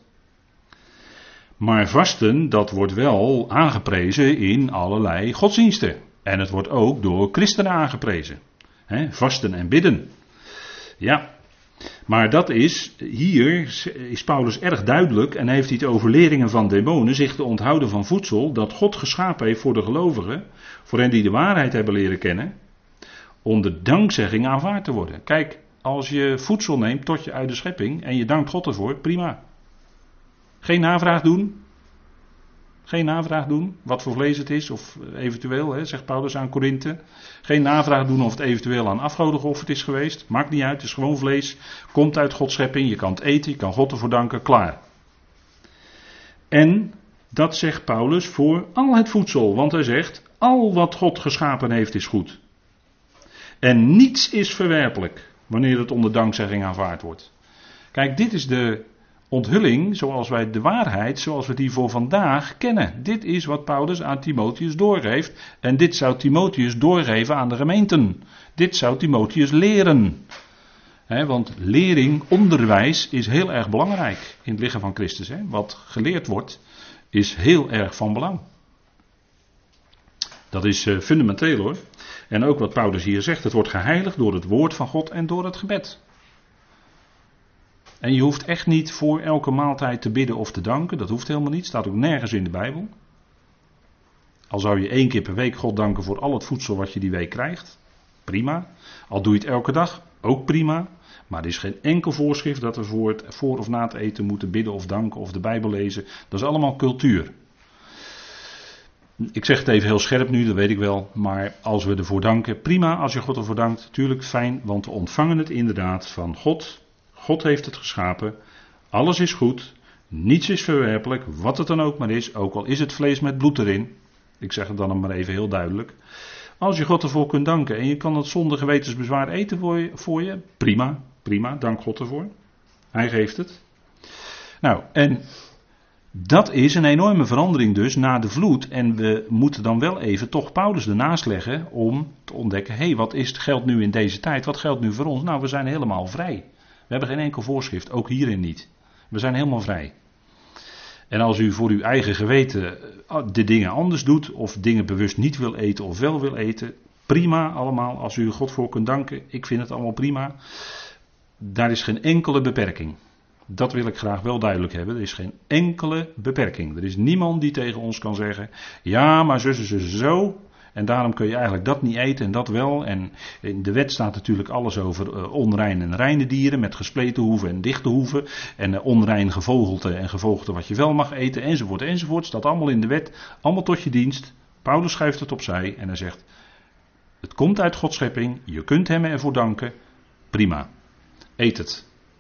Maar vasten, dat wordt wel aangeprezen in allerlei godsdiensten. En het wordt ook door christenen aangeprezen. Hè, vasten en bidden. Ja, maar dat is, hier is Paulus erg duidelijk en heeft hij het over leringen van demonen, zich te onthouden van voedsel dat God geschapen heeft voor de gelovigen, voor hen die de waarheid hebben leren kennen, om de dankzegging aanvaard te worden. Kijk, als je voedsel neemt tot je uit de schepping en je dankt God ervoor, prima. Geen navraag doen. Geen navraag doen, wat voor vlees het is, of eventueel, hè, zegt Paulus aan Korinthe. Geen navraag doen of het eventueel aan afgoden geofferd is geweest. Maakt niet uit, het is gewoon vlees. Komt uit Gods schepping, je kan het eten, je kan God ervoor danken, klaar. En dat zegt Paulus voor al het voedsel, want hij zegt, al wat God geschapen heeft is goed. En niets is verwerpelijk, wanneer het onder dankzegging aanvaard wordt. Kijk, dit is de onthulling, zoals wij de waarheid, zoals we die voor vandaag kennen. Dit is wat Paulus aan Timotheus doorgeeft. En dit zou Timotheus doorgeven aan de gemeenten. Dit zou Timotheus leren. He, want lering, onderwijs is heel erg belangrijk in het lichaam van Christus. He. Wat geleerd wordt, is heel erg van belang. Dat is uh, fundamenteel hoor. En ook wat Paulus hier zegt, het wordt geheiligd door het woord van God en door het gebed. En je hoeft echt niet voor elke maaltijd te bidden of te danken. Dat hoeft helemaal niet. Staat ook nergens in de Bijbel. Al zou je één keer per week God danken voor al het voedsel wat je die week krijgt. Prima. Al doe je het elke dag. Ook prima. Maar er is geen enkel voorschrift dat we voor, het, voor of na het eten moeten bidden of danken of de Bijbel lezen. Dat is allemaal cultuur. Ik zeg het even heel scherp nu, dat weet ik wel. Maar als we ervoor danken, prima als je God ervoor dankt. Natuurlijk fijn, want we ontvangen het inderdaad van God. God heeft het geschapen, alles is goed, niets is verwerpelijk, wat het dan ook maar is, ook al is het vlees met bloed erin. Ik zeg het dan maar even heel duidelijk. Als je God ervoor kunt danken en je kan het zonder gewetensbezwaar eten voor je, voor je prima, prima, dank God ervoor. Hij geeft het. Nou, en dat is een enorme verandering dus na de vloed. En we moeten dan wel even toch Paulus ernaast leggen om te ontdekken, hé, hey, wat is het, geldt nu in deze tijd, wat geldt nu voor ons? Nou, we zijn helemaal vrij. We hebben geen enkel voorschrift, ook hierin niet. We zijn helemaal vrij. En als u voor uw eigen geweten de dingen anders doet, of dingen bewust niet wil eten of wel wil eten, prima allemaal, als u God voor kunt danken, ik vind het allemaal prima. Daar is geen enkele beperking. Dat wil ik graag wel duidelijk hebben, er is geen enkele beperking. Er is niemand die tegen ons kan zeggen, ja maar zus, zus, zus, zo. En daarom kun je eigenlijk dat niet eten en dat wel. En in de wet staat natuurlijk alles over uh, onrein en reine dieren met gespleten hoeven en dichte hoeven. En uh, onrein gevogelte en gevogelte wat je wel mag eten enzovoort enzovoort. Staat allemaal in de wet, allemaal tot je dienst. Paulus schuift het opzij en hij zegt, het komt uit Gods schepping, je kunt hem ervoor danken, prima. Eet het.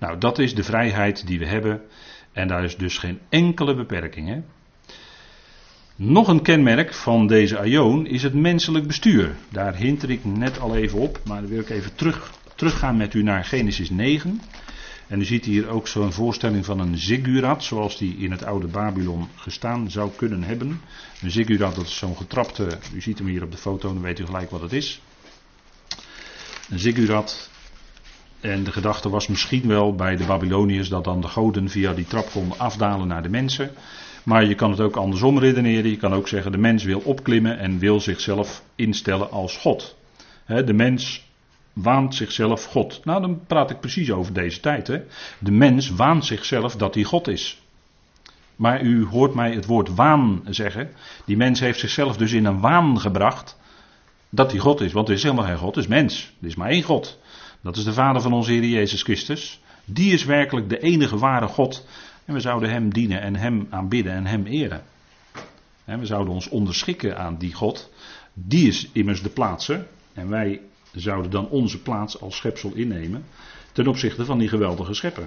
Nou, dat is de vrijheid die we hebben. En daar is dus geen enkele beperking. Hè? Nog een kenmerk van deze aion is het menselijk bestuur. Daar hinter ik net al even op, maar dan wil ik even terug, teruggaan met u naar Genesis negen. En u ziet hier ook zo'n voorstelling van een ziggurat, zoals die in het oude Babylon gestaan zou kunnen hebben. Een ziggurat, dat is zo'n getrapte, u ziet hem hier op de foto, dan weet u gelijk wat het is. Een ziggurat. En de gedachte was misschien wel bij de Babyloniërs dat dan de goden via die trap konden afdalen naar de mensen. Maar je kan het ook andersom redeneren. Je kan ook zeggen de mens wil opklimmen en wil zichzelf instellen als God. He, de mens waant zichzelf God. Nou, dan praat ik precies over deze tijd. Hè. De mens waant zichzelf dat hij God is. Maar u hoort mij het woord waan zeggen. Die mens heeft zichzelf dus in een waan gebracht dat hij God is. Want er is helemaal geen God, het is mens. Er is maar één God. Dat is de Vader van onze Heer Jezus Christus. Die is werkelijk de enige ware God. En we zouden hem dienen en hem aanbidden en hem eren. En we zouden ons onderschikken aan die God. Die is immers de plaatser. En wij zouden dan onze plaats als schepsel innemen. Ten opzichte van die geweldige schepper.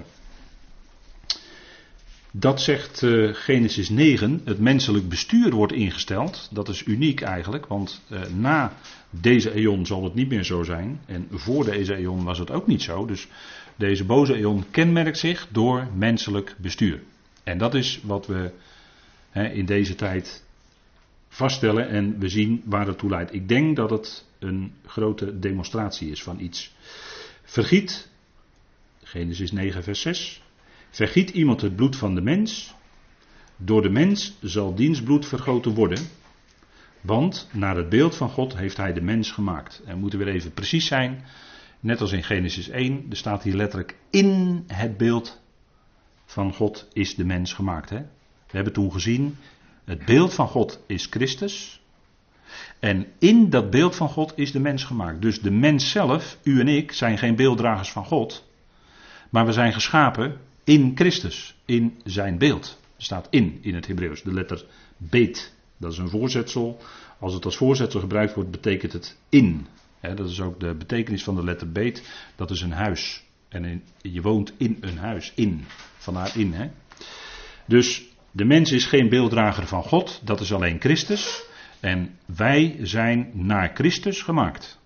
Dat zegt uh, Genesis negen. Het menselijk bestuur wordt ingesteld. Dat is uniek eigenlijk. Want uh, na deze eon zal het niet meer zo zijn. En voor deze eon was het ook niet zo. Dus deze boze eon kenmerkt zich door menselijk bestuur. En dat is wat we hè, in deze tijd vaststellen en we zien waar het toe leidt. Ik denk dat het een grote demonstratie is van iets. Vergiet, Genesis negen vers zes, vergiet iemand het bloed van de mens, door de mens zal diens bloed vergoten worden, want naar het beeld van God heeft hij de mens gemaakt. En we moeten weer even precies zijn. Net als in Genesis één, er staat hier letterlijk in het beeld van God is de mens gemaakt. Hè? We hebben toen gezien, het beeld van God is Christus. En in dat beeld van God is de mens gemaakt. Dus de mens zelf, u en ik, zijn geen beelddragers van God. Maar we zijn geschapen in Christus, in zijn beeld. Er staat in, in het Hebreeuws, de letter beet. Dat is een voorzetsel. Als het als voorzetsel gebruikt wordt, betekent het in. He, dat is ook de betekenis van de letter beet. Dat is een huis. En in, je woont in een huis. In. Vandaar in. He. Dus de mens is geen beelddrager van God. Dat is alleen Christus. En wij zijn naar Christus gemaakt.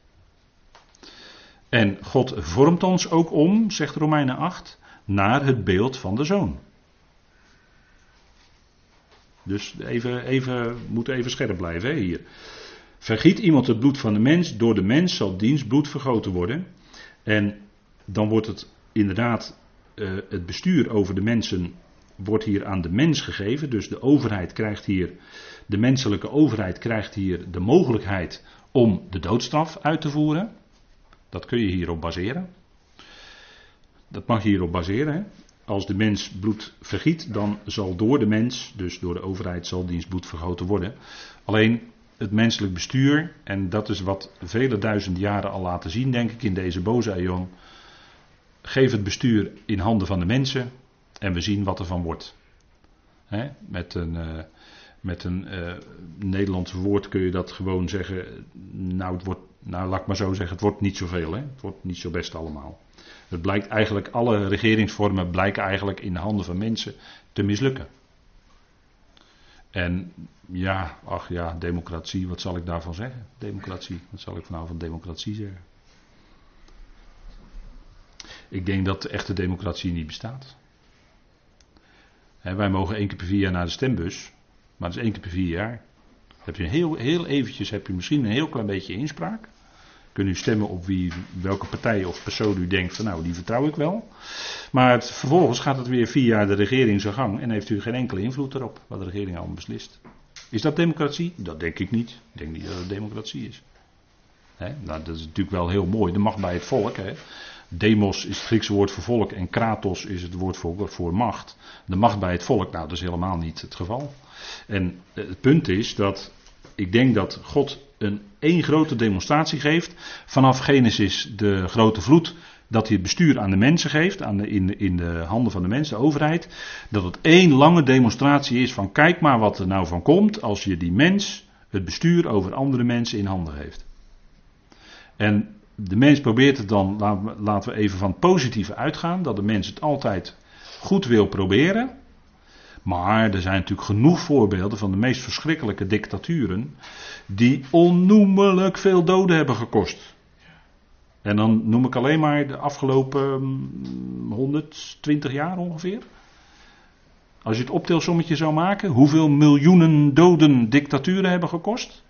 En God vormt ons ook om, zegt Romeinen acht, naar het beeld van de Zoon. Dus even, even, we moeten even scherp blijven hè, hier. Vergiet iemand het bloed van de mens, door de mens zal diens bloed vergoten worden. En dan wordt het inderdaad, uh, het bestuur over de mensen wordt hier aan de mens gegeven. Dus de overheid krijgt hier, de menselijke overheid krijgt hier de mogelijkheid om de doodstraf uit te voeren. Dat kun je hierop baseren. Dat mag je hierop baseren. Hè? Als de mens bloed vergiet, dan zal door de mens, dus door de overheid, zal diens bloed vergoten worden. Alleen het menselijk bestuur, en dat is wat vele duizenden jaren al laten zien, denk ik, in deze boze eon. Geef het bestuur in handen van de mensen en we zien wat er van wordt. Hè? Met een, uh, met een uh, Nederlands woord kun je dat gewoon zeggen. Nou, het wordt, nou, laat ik maar zo zeggen, het wordt niet zoveel. Hè? Het wordt niet zo best allemaal. Het blijkt eigenlijk, alle regeringsvormen blijken eigenlijk in de handen van mensen te mislukken. En ja, ach ja, democratie, wat zal ik daarvan zeggen? Democratie, wat zal ik nou van democratie zeggen? Ik denk dat de echte democratie niet bestaat. He, wij mogen één keer per vier jaar naar de stembus, maar dat is één keer per vier jaar. Heb je heel, heel eventjes, heb je misschien een heel klein beetje inspraak. Kunt u stemmen op wie, welke partij of persoon u denkt van nou, die vertrouw ik wel. Maar het, vervolgens gaat het weer via de regering zijn gang en heeft u geen enkele invloed erop wat de regering allemaal beslist. Is dat democratie? Dat denk ik niet. Ik denk niet dat het democratie is. He, nou, dat is natuurlijk wel heel mooi. De macht bij het volk. He. Demos is het Griekse woord voor volk en kratos is het woord voor, voor macht. De macht bij het volk, nou dat is helemaal niet het geval. En het punt is dat ik denk dat God een één grote demonstratie geeft. Vanaf Genesis de grote vloed, dat hij het bestuur aan de mensen geeft, aan de, in, de, in de handen van de mensen, de overheid. Dat het één lange demonstratie is van kijk maar wat er nou van komt als je die mens het bestuur over andere mensen in handen geeft. En de mens probeert het dan, laten we even van het positieve uitgaan, dat de mens het altijd goed wil proberen. Maar er zijn natuurlijk genoeg voorbeelden van de meest verschrikkelijke dictaturen die onnoemelijk veel doden hebben gekost. En dan noem ik alleen maar de afgelopen honderdtwintig jaar ongeveer. Als je het optelsommetje zou maken, hoeveel miljoenen doden dictaturen hebben gekost?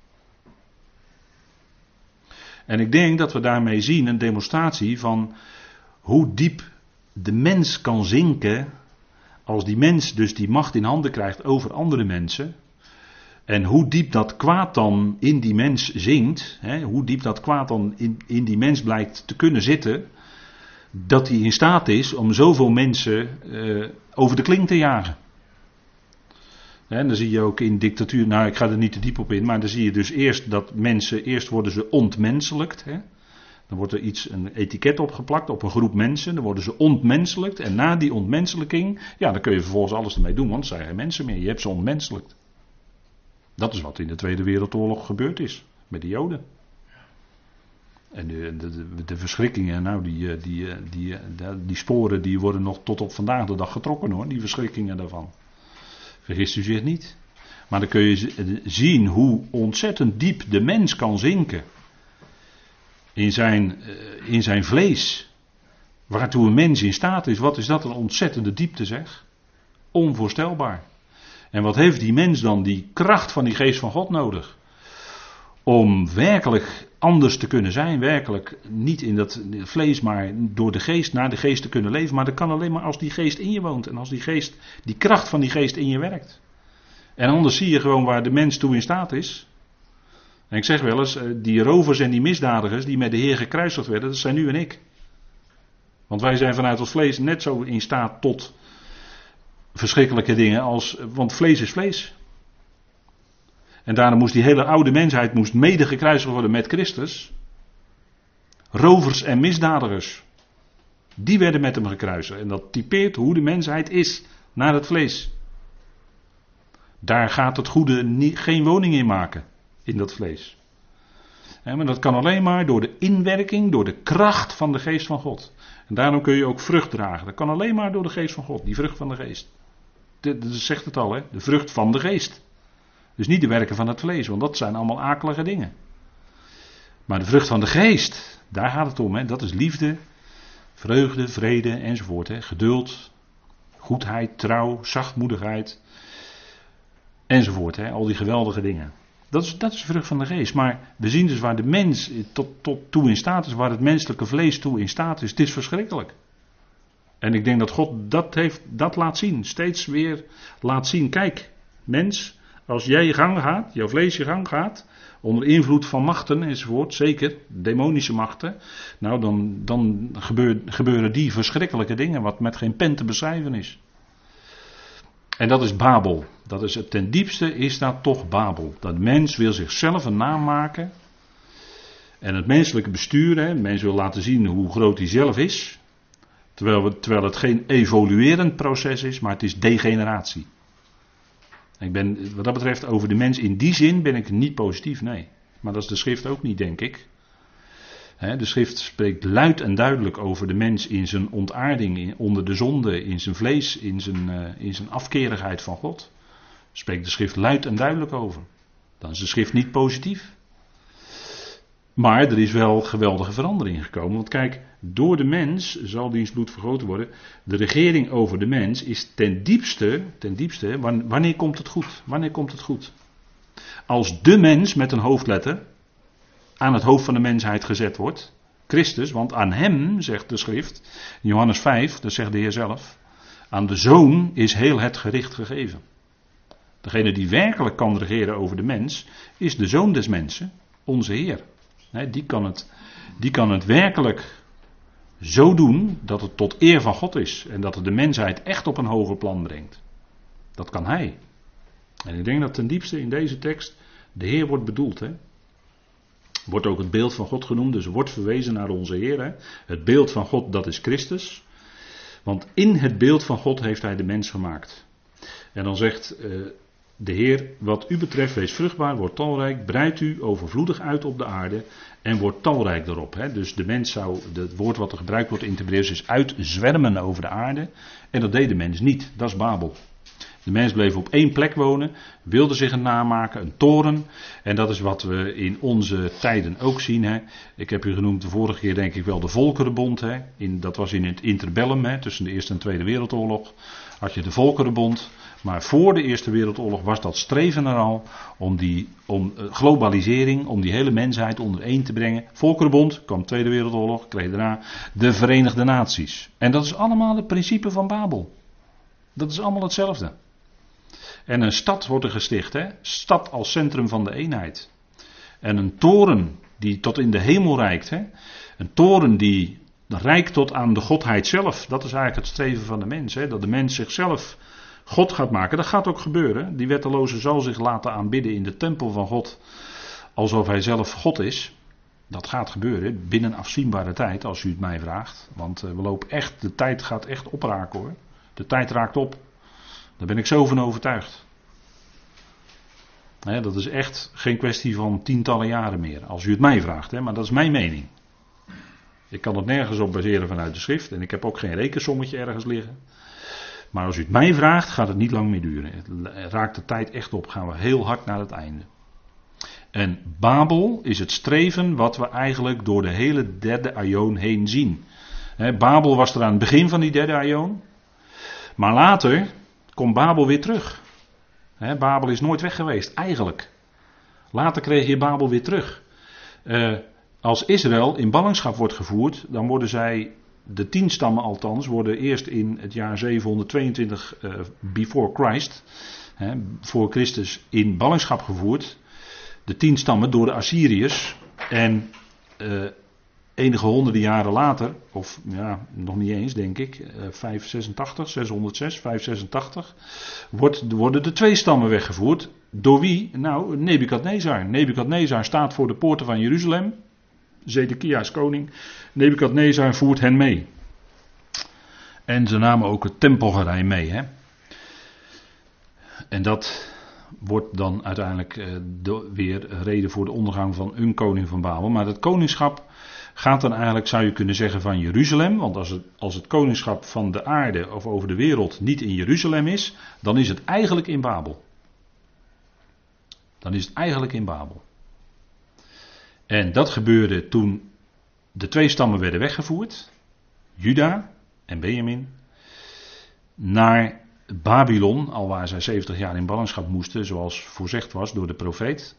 En ik denk dat we daarmee zien een demonstratie van hoe diep de mens kan zinken als die mens dus die macht in handen krijgt over andere mensen. En hoe diep dat kwaad dan in die mens zinkt, hè, hoe diep dat kwaad dan in, in die mens blijkt te kunnen zitten, dat hij in staat is om zoveel mensen uh, over de klink te jagen. En dan zie je ook in dictatuur, nou ik ga er niet te diep op in, maar dan zie je dus eerst dat mensen, eerst worden ze ontmenselijkt. Hè. Dan wordt er iets, een etiket opgeplakt op een groep mensen, dan worden ze ontmenselijkt. En na die ontmenselijking, ja dan kun je vervolgens alles ermee doen, want er zijn geen mensen meer, je hebt ze ontmenselijkt. Dat is wat in de Tweede Wereldoorlog gebeurd is, met de Joden. En de, de, de, de verschrikkingen, nou die, die, die, die, die sporen die worden nog tot op vandaag de dag getrokken hoor, die verschrikkingen daarvan. Vergist u zich niet. Maar dan kun je zien hoe ontzettend diep de mens kan zinken. In zijn, in zijn vlees. Waartoe een mens in staat is. Wat is dat een ontzettende diepte zeg. Onvoorstelbaar. En wat heeft die mens dan die kracht van die geest van God nodig? Om werkelijk anders te kunnen zijn. Werkelijk niet in dat vlees maar door de geest naar de geest te kunnen leven. Maar dat kan alleen maar als die geest in je woont. En als die geest, die kracht van die geest in je werkt. En anders zie je gewoon waar de mens toe in staat is. En ik zeg wel eens, die rovers en die misdadigers die met de Heer gekruisigd werden, dat zijn u en ik. Want wij zijn vanuit ons vlees net zo in staat tot verschrikkelijke dingen als, want vlees is vlees. En daarom moest die hele oude mensheid moest mede gekruisigd worden met Christus. Rovers en misdadigers. Die werden met hem gekruisigd. En dat typeert hoe de mensheid is naar het vlees. Daar gaat het goede niet, geen woning in maken. In dat vlees. Ja, maar dat kan alleen maar door de inwerking, door de kracht van de geest van God. En daarom kun je ook vrucht dragen. Dat kan alleen maar door de geest van God. Die vrucht van de geest. Dat zegt het al, hè? De vrucht van de geest. Dus niet de werken van het vlees, want dat zijn allemaal akelige dingen. Maar de vrucht van de geest, daar gaat het om. Hè? Dat is liefde, vreugde, vrede enzovoort. Hè? Geduld, goedheid, trouw, zachtmoedigheid enzovoort. Hè? Al die geweldige dingen. Dat is, dat is de vrucht van de geest. Maar we zien dus waar de mens tot, tot toe in staat is, waar het menselijke vlees toe in staat is. Het is verschrikkelijk. En ik denk dat God dat, heeft, dat laat zien. Steeds weer laat zien. Kijk, mens, als jij je gang gaat, jouw vlees je gang gaat, onder invloed van machten enzovoort, zeker, demonische machten, nou dan, dan gebeur, gebeuren die verschrikkelijke dingen, wat met geen pen te beschrijven is. En dat is Babel. Dat is het, ten diepste is dat toch Babel. Dat mens wil zichzelf een naam maken. En het menselijke bestuur, hè, de mens wil laten zien hoe groot hij zelf is. Terwijl, we, terwijl het geen evoluerend proces is, maar het is degeneratie. Ik ben, wat dat betreft, over de mens in die zin ben ik niet positief, nee. Maar dat is de schrift ook niet, denk ik. He, de schrift spreekt luid en duidelijk over de mens in zijn ontaarding, in, onder de zonde, in zijn vlees, in zijn, uh, in zijn afkerigheid van God. Spreekt de schrift luid en duidelijk over. Dan is de schrift niet positief. Maar er is wel geweldige verandering gekomen. Want kijk, door de mens zal diens bloed vergoten worden. De regering over de mens is ten diepste, ten diepste, wanneer komt het goed? Wanneer komt het goed? Als de mens met een hoofdletter aan het hoofd van de mensheid gezet wordt. Christus, want aan hem, zegt de schrift, in Johannes vijf, dat zegt de Heer zelf, aan de Zoon is heel het gericht gegeven. Degene die werkelijk kan regeren over de mens, is de Zoon des mensen, onze Heer. Nee, die, kan het, die kan het werkelijk zo doen dat het tot eer van God is. En dat het de mensheid echt op een hoger plan brengt. Dat kan Hij. En ik denk dat ten diepste in deze tekst de Heer wordt bedoeld. Hè? Wordt ook het beeld van God genoemd. Dus wordt verwezen naar onze Heer. Hè? Het beeld van God, dat is Christus. Want in het beeld van God heeft Hij de mens gemaakt. En dan zegt uh, de Heer, wat u betreft, wees vruchtbaar, word talrijk, breidt u overvloedig uit op de aarde en wordt talrijk daarop. Hè. Dus de mens zou, het woord wat er gebruikt wordt in het Hebreeuws is uitzwermen over de aarde. En dat deed de mens niet, dat is Babel. De mens bleef op één plek wonen, wilde zich een naam maken, een toren. En dat is wat we in onze tijden ook zien. Hè. Ik heb u genoemd de vorige keer denk ik wel de Volkerenbond. Hè. In, dat was in het interbellum, hè, tussen de Eerste en Tweede Wereldoorlog. Had je de Volkerenbond. Maar voor de Eerste Wereldoorlog was dat streven er al om, die, om globalisering, om die hele mensheid onder één te brengen. Volkerenbond, kwam de Tweede Wereldoorlog, kreeg daarna de Verenigde Naties. En dat is allemaal het principe van Babel. Dat is allemaal hetzelfde. En een stad wordt er gesticht, hè? Stad als centrum van de eenheid. En een toren die tot in de hemel reikt, hè? Een toren die reikt tot aan de godheid zelf. Dat is eigenlijk het streven van de mens, hè? Dat de mens zichzelf God gaat maken. Dat gaat ook gebeuren. Die wetteloze zal zich laten aanbidden in de tempel van God, alsof hij zelf God is. Dat gaat gebeuren binnen afzienbare tijd, als u het mij vraagt. Want we lopen echt, de tijd gaat echt opraken hoor. De tijd raakt op. Daar ben ik zo van overtuigd. He, dat is echt geen kwestie van tientallen jaren meer. Als u het mij vraagt, he, maar dat is mijn mening. Ik kan het nergens op baseren vanuit de schrift. En ik heb ook geen rekensommetje ergens liggen. Maar als u het mij vraagt, gaat het niet lang meer duren. Het raakt de tijd echt op. Gaan we heel hard naar het einde. En Babel is het streven wat we eigenlijk door de hele derde aion heen zien. He, Babel was er aan het begin van die derde aion. Maar later komt Babel weer terug. He, Babel is nooit weg geweest, eigenlijk. Later kreeg je Babel weer terug. Uh, als Israël in ballingschap wordt gevoerd, dan worden zij, de tien stammen althans, worden eerst in het jaar zevenhonderdtweeëntwintig uh, before Christ, he, voor Christus, in ballingschap gevoerd. De tien stammen door de Assyriërs. En uh, enige honderden jaren later, of ja, nog niet eens denk ik, uh, vijfhonderdzesentachtig, zeshonderdzes, vijfhonderdzesentachtig, wordt, worden de twee stammen weggevoerd. Door wie? Nou, Nebukadnezar. Nebukadnezar staat voor de poorten van Jeruzalem. Zedekia is koning. Nebukadnezar voert hen mee. En ze namen ook het tempelgerei mee. Hè? En dat wordt dan uiteindelijk uh, de, weer reden voor de ondergang van een koning van Babel. Maar dat koningschap gaat dan eigenlijk, zou je kunnen zeggen, van Jeruzalem. Want als het, als het koningschap van de aarde of over de wereld niet in Jeruzalem is, dan is het eigenlijk in Babel. Dan is het eigenlijk in Babel. En dat gebeurde toen de twee stammen werden weggevoerd, Juda en Benjamin, naar Babylon, alwaar zij zeventig jaar in ballingschap moesten, zoals voorzegd was door de profeet.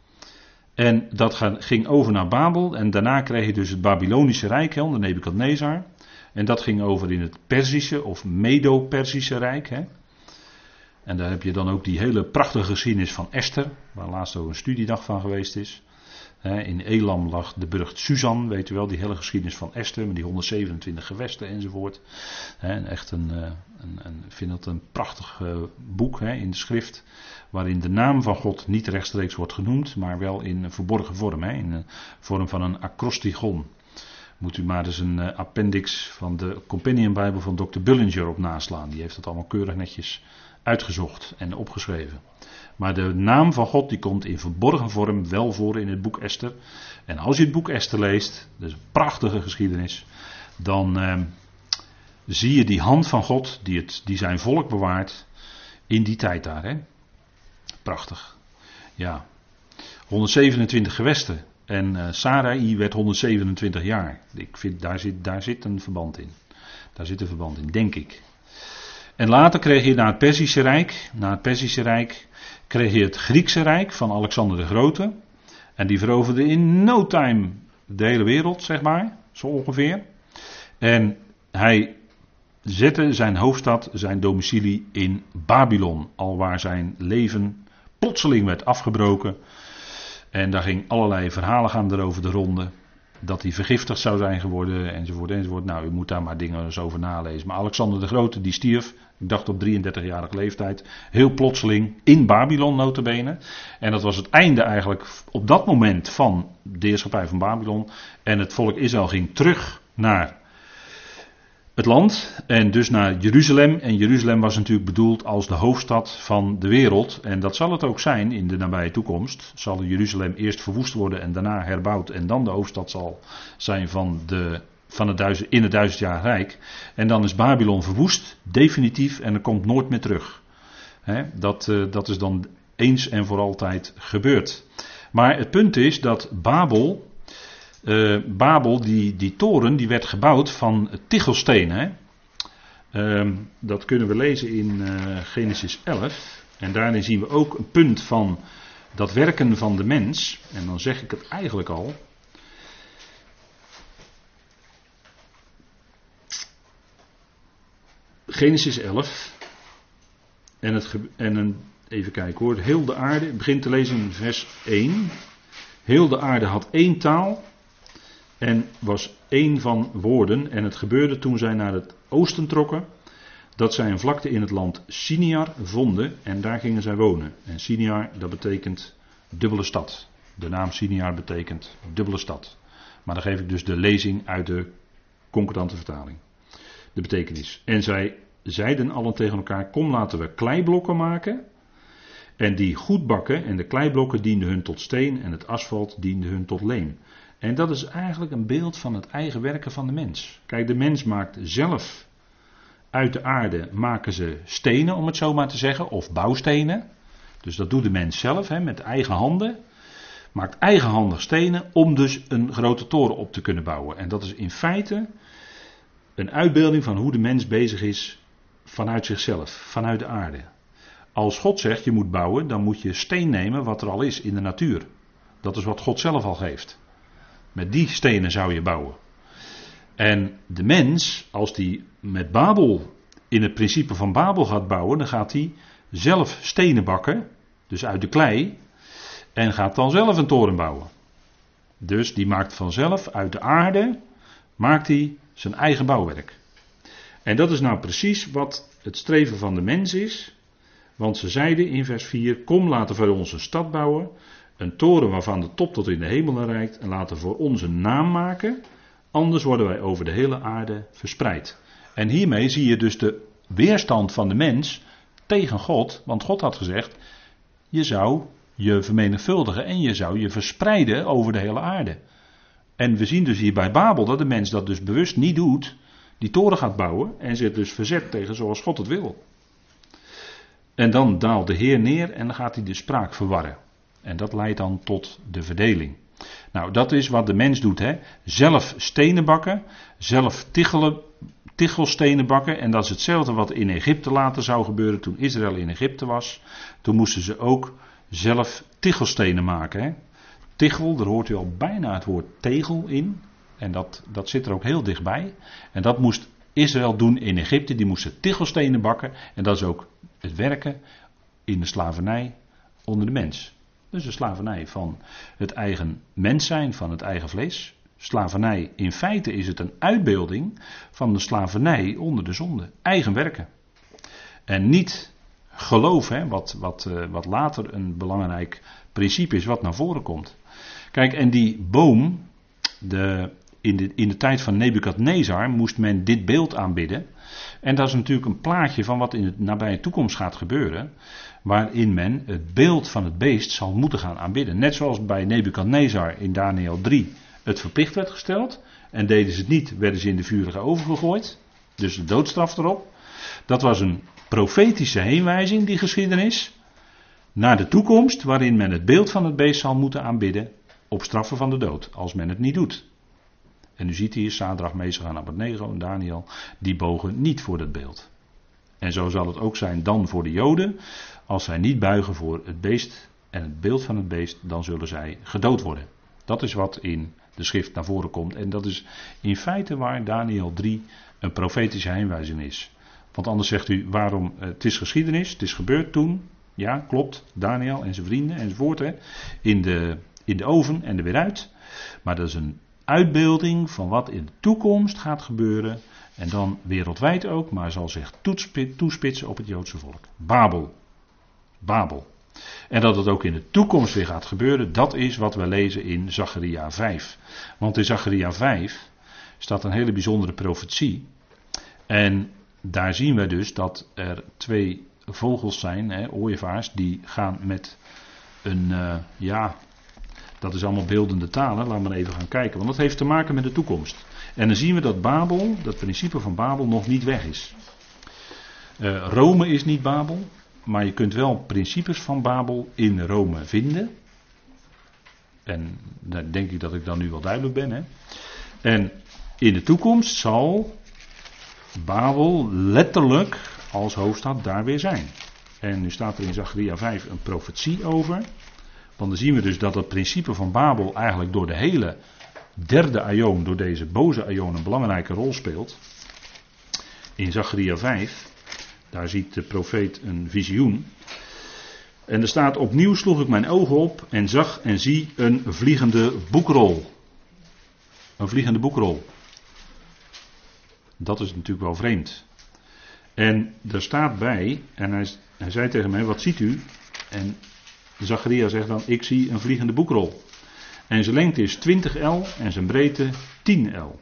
En dat ging over naar Babel en daarna kreeg je dus het Babylonische Rijk, de Nebukadnezar. En dat ging over in het Perzische of Medo-Perzische Rijk. Hè. En daar heb je dan ook die hele prachtige geschiedenis van Esther, waar laatst ook een studiedag van geweest is. In Elam lag de burcht Susan, weet u wel, die hele geschiedenis van Esther, met die honderdzevenentwintig gewesten enzovoort. Echt een, een, een, ik vind dat een prachtig boek in de schrift, waarin de naam van God niet rechtstreeks wordt genoemd, maar wel in een verborgen vorm, in de vorm van een acrostigon. Moet u maar eens een appendix van de Companion Bijbel van dokter Bullinger op naslaan. Die heeft dat allemaal keurig netjes uitgezocht en opgeschreven. Maar de naam van God die komt in verborgen vorm wel voor in het boek Esther. En als je het boek Esther leest, dat is een prachtige geschiedenis, dan eh, zie je die hand van God die, het, die zijn volk bewaart in die tijd daar. Hè? Prachtig. Ja, honderdzevenentwintig gewesten. En uh, Sarai werd honderdzevenentwintig jaar. Ik vind, daar zit, daar zit een verband in. Daar zit een verband in, denk ik. En later kreeg je naar het Perzische Rijk, naar het Perzische Rijk kreeg je het Griekse Rijk van Alexander de Grote. En die veroverde in no time de hele wereld, zeg maar, zo ongeveer. En hij zette zijn hoofdstad, zijn domicilie in Babylon, alwaar zijn leven plotseling werd afgebroken. En daar ging allerlei verhalen gaan erover de ronde. Dat hij vergiftigd zou zijn geworden, enzovoort, enzovoort. Nou, u moet daar maar dingen eens over nalezen. Maar Alexander de Grote, die stierf, ik dacht op drieëndertigjarige leeftijd, heel plotseling in Babylon nota bene. En dat was het einde eigenlijk op dat moment van de heerschappij van Babylon. En het volk Israël ging terug naar het land en dus naar Jeruzalem. En Jeruzalem was natuurlijk bedoeld als de hoofdstad van de wereld. En dat zal het ook zijn in de nabije toekomst. Zal Jeruzalem eerst verwoest worden en daarna herbouwd. En dan de hoofdstad zal zijn van, de, van het duizend, in het duizendjarig rijk. En dan is Babylon verwoest, definitief, en er komt nooit meer terug. He, dat, uh, dat is dan eens en voor altijd gebeurd. Maar het punt is dat Babel... Uh, Babel, die, die toren, die werd gebouwd van tichelstenen. Hè? Uh, dat kunnen we lezen in uh, Genesis elf. En daarin zien we ook een punt van dat werken van de mens. En dan zeg ik het eigenlijk al. Genesis elf. En, het, en een, even kijken hoor. Heel de aarde, ik begin te lezen in vers één. Heel de aarde had één taal. En was één van woorden. En het gebeurde toen zij naar het oosten trokken. Dat zij een vlakte in het land Siniar vonden. En daar gingen zij wonen. En Siniar, dat betekent dubbele stad. De naam Siniar betekent dubbele stad. Maar dan geef ik dus de lezing uit de concordante vertaling. De betekenis. En zij zeiden allen tegen elkaar: kom, laten we kleiblokken maken. En die goed bakken. En de kleiblokken dienden hun tot steen. En het asfalt diende hun tot leem. En dat is eigenlijk een beeld van het eigen werken van de mens. Kijk, de mens maakt zelf uit de aarde, maken ze stenen, om het zo maar te zeggen, of bouwstenen. Dus dat doet de mens zelf, hè, met eigen handen. Maakt eigenhandig stenen om dus een grote toren op te kunnen bouwen. En dat is in feite een uitbeelding van hoe de mens bezig is vanuit zichzelf, vanuit de aarde. Als God zegt je moet bouwen, dan moet je steen nemen wat er al is in de natuur. Dat is wat God zelf al geeft. Met die stenen zou je bouwen. En de mens, als die met Babel, in het principe van Babel gaat bouwen, dan gaat hij zelf stenen bakken, dus uit de klei, en gaat dan zelf een toren bouwen. Dus die maakt vanzelf uit de aarde, maakt hij zijn eigen bouwwerk. En dat is nou precies wat het streven van de mens is, want ze zeiden in vers vier, kom laten we ons een stad bouwen, een toren waarvan de top tot in de hemelen reikt, en laten we voor ons een naam maken, anders worden wij over de hele aarde verspreid. En hiermee zie je dus de weerstand van de mens tegen God, want God had gezegd, je zou je vermenigvuldigen en je zou je verspreiden over de hele aarde. En we zien dus hier bij Babel dat de mens dat dus bewust niet doet, die toren gaat bouwen en zich dus verzet tegen zoals God het wil. En dan daalt de Heer neer en dan gaat hij de spraak verwarren. En dat leidt dan tot de verdeling. Nou, dat is wat de mens doet, hè. Zelf stenen bakken, zelf tichelen, tichelstenen bakken. En dat is hetzelfde wat in Egypte later zou gebeuren toen Israël in Egypte was. Toen moesten ze ook zelf tichelstenen maken, hè. Tichel, daar hoort u al bijna het woord tegel in. En dat, dat zit er ook heel dichtbij. En dat moest Israël doen in Egypte. Die moesten tichelstenen bakken. En dat is ook het werken in de slavernij onder de mens. Dus de slavernij van het eigen mens zijn, van het eigen vlees. Slavernij, in feite is het een uitbeelding van de slavernij onder de zonde. Eigen werken. En niet geloof, hè, wat, wat, uh, wat later een belangrijk principe is wat naar voren komt. Kijk, en die boom, de, in, de, in de tijd van Nebukadnezar moest men dit beeld aanbidden. En dat is natuurlijk een plaatje van wat in de nabije toekomst gaat gebeuren. Waarin men het beeld van het beest zal moeten gaan aanbidden. Net zoals bij Nebukadnezar in Daniel drie het verplicht werd gesteld. En deden ze het niet, werden ze in de vurige oven gegooid. Dus de doodstraf erop. Dat was een profetische heenwijzing, die geschiedenis. Naar de toekomst, waarin men het beeld van het beest zal moeten aanbidden. Op straffen van de dood, als men het niet doet. En u ziet hier Sadrach, Mesach en Abednego en Daniel. Die bogen niet voor dat beeld. En zo zal het ook zijn dan voor de Joden. Als zij niet buigen voor het beest en het beeld van het beest, dan zullen zij gedood worden. Dat is wat in de schrift naar voren komt. En dat is in feite waar Daniel drie een profetische heenwijzing is. Want anders zegt u, waarom, het is geschiedenis, het is gebeurd toen. Ja, klopt, Daniel en zijn vrienden enzovoort. Hè, in, de, in de oven en er weer uit. Maar dat is een uitbeelding van wat in de toekomst gaat gebeuren. En dan wereldwijd ook, maar zal zich toespitsen op het Joodse volk. Babel. Babel. En dat het ook in de toekomst weer gaat gebeuren, dat is wat we lezen in Zacharia vijf. Want in Zacharia vijf staat een hele bijzondere profetie. En daar zien we dus dat er twee vogels zijn, hè, ooievaars, die gaan met een, uh, ja, dat is allemaal beeldende talen, laten we maar even gaan kijken, want dat heeft te maken met de toekomst. En dan zien we dat Babel, dat principe van Babel, nog niet weg is. Uh, Rome is niet Babel, maar je kunt wel principes van Babel in Rome vinden. En dan denk ik dat ik dan nu wel duidelijk ben. Hè? En in de toekomst zal Babel letterlijk als hoofdstad daar weer zijn. En nu staat er in Zacharia vijf een profetie over. Want dan zien we dus dat het principe van Babel eigenlijk door de hele derde aion, door deze boze aion, een belangrijke rol speelt. In Zacharia vijf, daar ziet de profeet een visioen. En er staat: opnieuw sloeg ik mijn ogen op en zag en zie een vliegende boekrol. Een vliegende boekrol. Dat is natuurlijk wel vreemd. En er staat bij, en hij, hij zei tegen mij: wat ziet u? En Zacharia zegt dan: ik zie een vliegende boekrol. En zijn lengte is twintig el en zijn breedte tien el.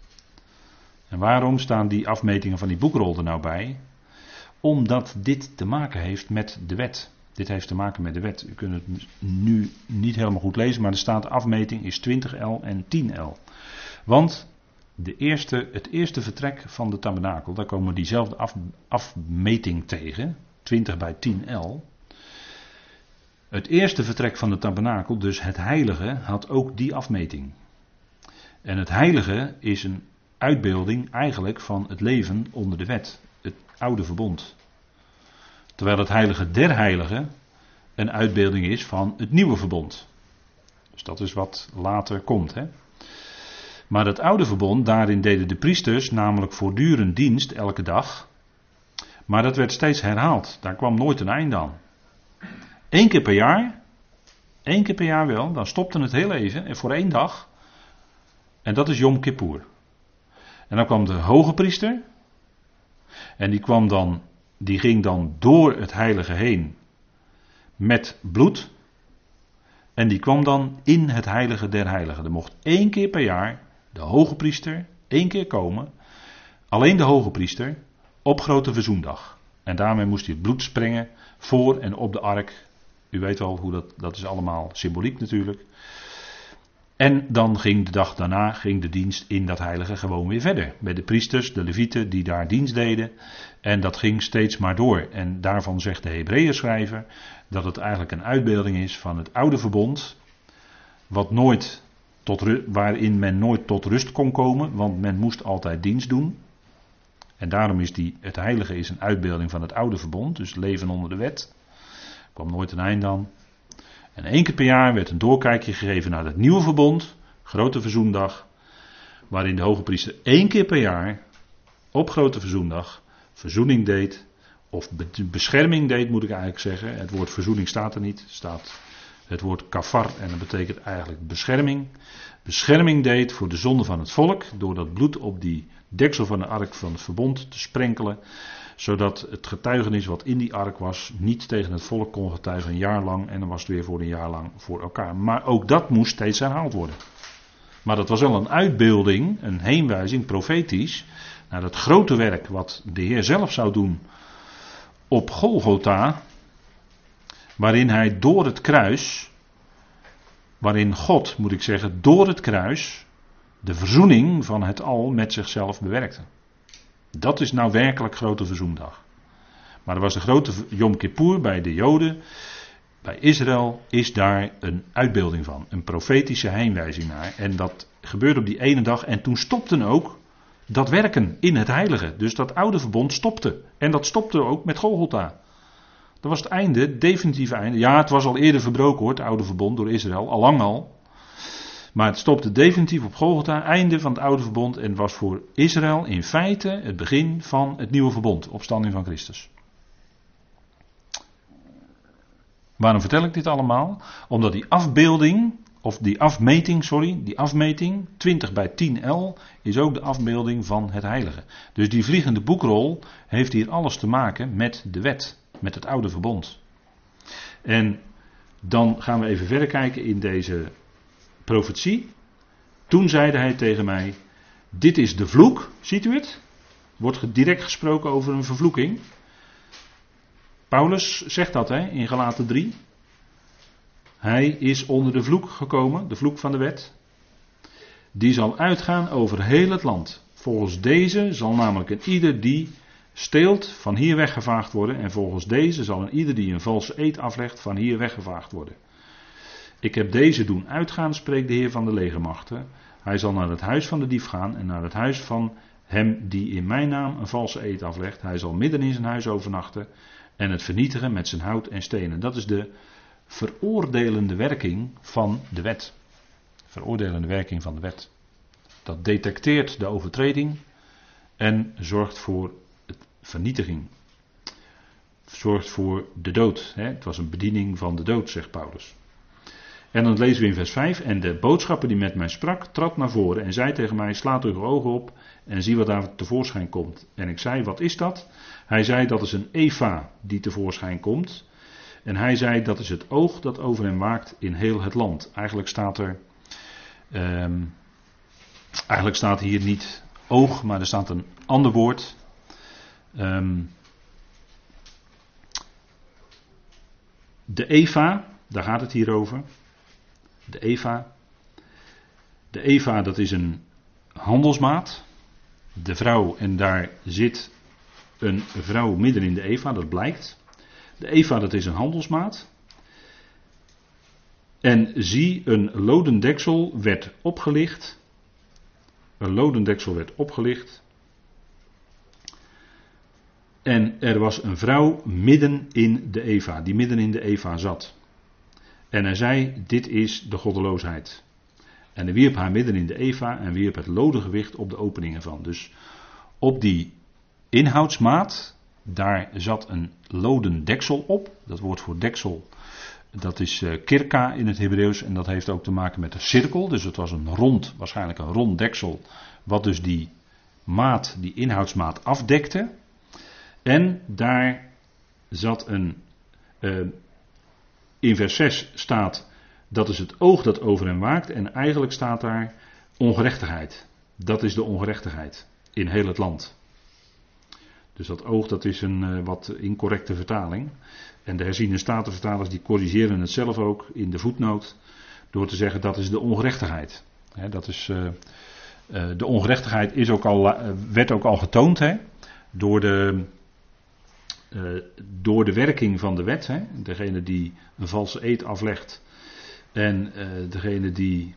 En waarom staan die afmetingen van die boekrol er nou bij? Omdat dit te maken heeft met de wet. Dit heeft te maken met de wet. U kunt het nu niet helemaal goed lezen, maar er staat: de afmeting is twintig el en tien el. Want de eerste, het eerste vertrek van de tabernakel, daar komen we diezelfde af, afmeting tegen, twintig bij tien el. Het eerste vertrek van de tabernakel, dus het heilige, had ook die afmeting. En het heilige is een uitbeelding eigenlijk van het leven onder de wet, het oude verbond. Terwijl het heilige der heiligen een uitbeelding is van het nieuwe verbond. Dus dat is wat later komt. Hè? Maar het oude verbond, daarin deden de priesters namelijk voortdurend dienst elke dag. Maar dat werd steeds herhaald. Daar kwam nooit een einde aan. Eén keer per jaar, één keer per jaar wel, dan stopte het heel even en voor één dag. En dat is Yom Kippur. En dan kwam de hoge priester. En die kwam dan, die ging dan door het heilige heen met bloed. En die kwam dan in het heilige der heiligen. Er mocht één keer per jaar de hoge priester één keer komen. Alleen de hoge priester op grote verzoendag. En daarmee moest hij het bloed sprengen voor en op de ark. U weet wel hoe dat, dat is allemaal symboliek natuurlijk. En dan ging de dag daarna ging de dienst in dat heilige gewoon weer verder. Bij de priesters, de levieten die daar dienst deden. En dat ging steeds maar door. En daarvan zegt de Hebreeënschrijver dat het eigenlijk een uitbeelding is van het oude verbond. Wat nooit tot, waarin men nooit tot rust kon komen, want men moest altijd dienst doen. En daarom is die, het heilige is een uitbeelding van het oude verbond, dus leven onder de wet. Er kwam nooit een eind aan. En één keer per jaar werd een doorkijkje gegeven naar het nieuwe verbond, grote verzoendag, waarin de hoge priester één keer per jaar op grote verzoendag verzoening deed, of bescherming deed moet ik eigenlijk zeggen. Het woord verzoening staat er niet, er staat het woord kafar en dat betekent eigenlijk bescherming. Bescherming deed voor de zonde van het volk, door dat bloed op die deksel van de ark van het verbond te sprenkelen, zodat het getuigenis wat in die ark was niet tegen het volk kon getuigen een jaar lang en dan was het weer voor een jaar lang voor elkaar. Maar ook dat moest steeds herhaald worden. Maar dat was wel een uitbeelding, een heenwijzing, profetisch, naar het grote werk wat de Heer zelf zou doen op Golgotha, waarin hij door het kruis, waarin God, moet ik zeggen, door het kruis de verzoening van het al met zichzelf bewerkte. Dat is nou werkelijk grote verzoendag. Maar er was de grote Yom Kippur bij de Joden. Bij Israël is daar een uitbeelding van. Een profetische heenwijzing naar. En dat gebeurde op die ene dag. En toen stopten ook dat werken in het heilige. Dus dat oude verbond stopte. En dat stopte ook met Golgotha. Dat was het einde, het definitieve einde. Ja, het was al eerder verbroken hoor, het oude verbond door Israël. Al lang al. Maar het stopte definitief op Golgotha, einde van het oude verbond. En was voor Israël in feite het begin van het nieuwe verbond. Opstanding van Christus. Waarom vertel ik dit allemaal? Omdat die afbeelding, of die afmeting, sorry, die afmeting, twintig bij tien el, is ook de afbeelding van het heilige. Dus die vliegende boekrol heeft hier alles te maken met de wet, met het oude verbond. En dan gaan we even verder kijken in deze profetie. Toen zeide hij tegen mij, dit is de vloek, ziet u het? wordt direct gesproken over een vervloeking. Paulus zegt dat hè, in Galaten drie. Hij is onder de vloek gekomen, de vloek van de wet. Die zal uitgaan over heel het land. Volgens deze zal namelijk een ieder die steelt van hier weggevaagd worden. En volgens deze zal een ieder die een valse eed aflegt van hier weggevaagd worden. Ik heb deze doen uitgaan, spreekt de Heer van de legermachten. Hij zal naar het huis van de dief gaan en naar het huis van hem die in mijn naam een valse eed aflegt. Hij zal midden in zijn huis overnachten en het vernietigen met zijn hout en stenen. Dat is de veroordelende werking van de wet. Veroordelende werking van de wet. Dat detecteert de overtreding en zorgt voor vernietiging. Zorgt voor de dood. Het was een bediening van de dood, zegt Paulus. En dan lezen we in vers vijf. En de boodschapper die met mij sprak, trad naar voren en zei tegen mij, slaat uw ogen op en zie wat daar tevoorschijn komt. En ik zei, wat is dat? Hij zei, dat is een Eva die tevoorschijn komt. En hij zei, dat is het oog dat over hem waakt in heel het land. Eigenlijk staat er, um, eigenlijk staat hier niet oog, maar er staat een ander woord. Um, de Eva, daar gaat het hier over. De Eva. De Eva, dat is een handelsmaat. De vrouw, en daar zit een vrouw midden in de Eva, dat blijkt. De Eva, dat is een handelsmaat. En zie, een loden deksel werd opgelicht. Een loden deksel werd opgelicht. En er was een vrouw midden in de Eva, die midden in de Eva zat. En hij zei, dit is de goddeloosheid. En hij wierp haar midden in de Eva en wierp het loden gewicht op de openingen van. Dus op die inhoudsmaat, daar zat een loden deksel op. Dat woord voor deksel, dat is uh, kirka in het Hebreeuws. En dat heeft ook te maken met een cirkel. Dus het was een rond, waarschijnlijk een rond deksel. Wat dus die maat, die inhoudsmaat afdekte. En daar zat een... Uh, in vers zes staat, dat is het oog dat over hem waakt. En eigenlijk staat daar ongerechtigheid. Dat is de ongerechtigheid in heel het land. Dus dat oog, dat is een uh, wat incorrecte vertaling. En de herziene statenvertalers die corrigeren het zelf ook in de voetnoot. Door te zeggen, dat is de ongerechtigheid. He, dat is, uh, uh, de ongerechtigheid is ook al, uh, werd ook al getoond he, door de... Uh, door de werking van de wet, hè, degene die een valse eed aflegt en uh, degene die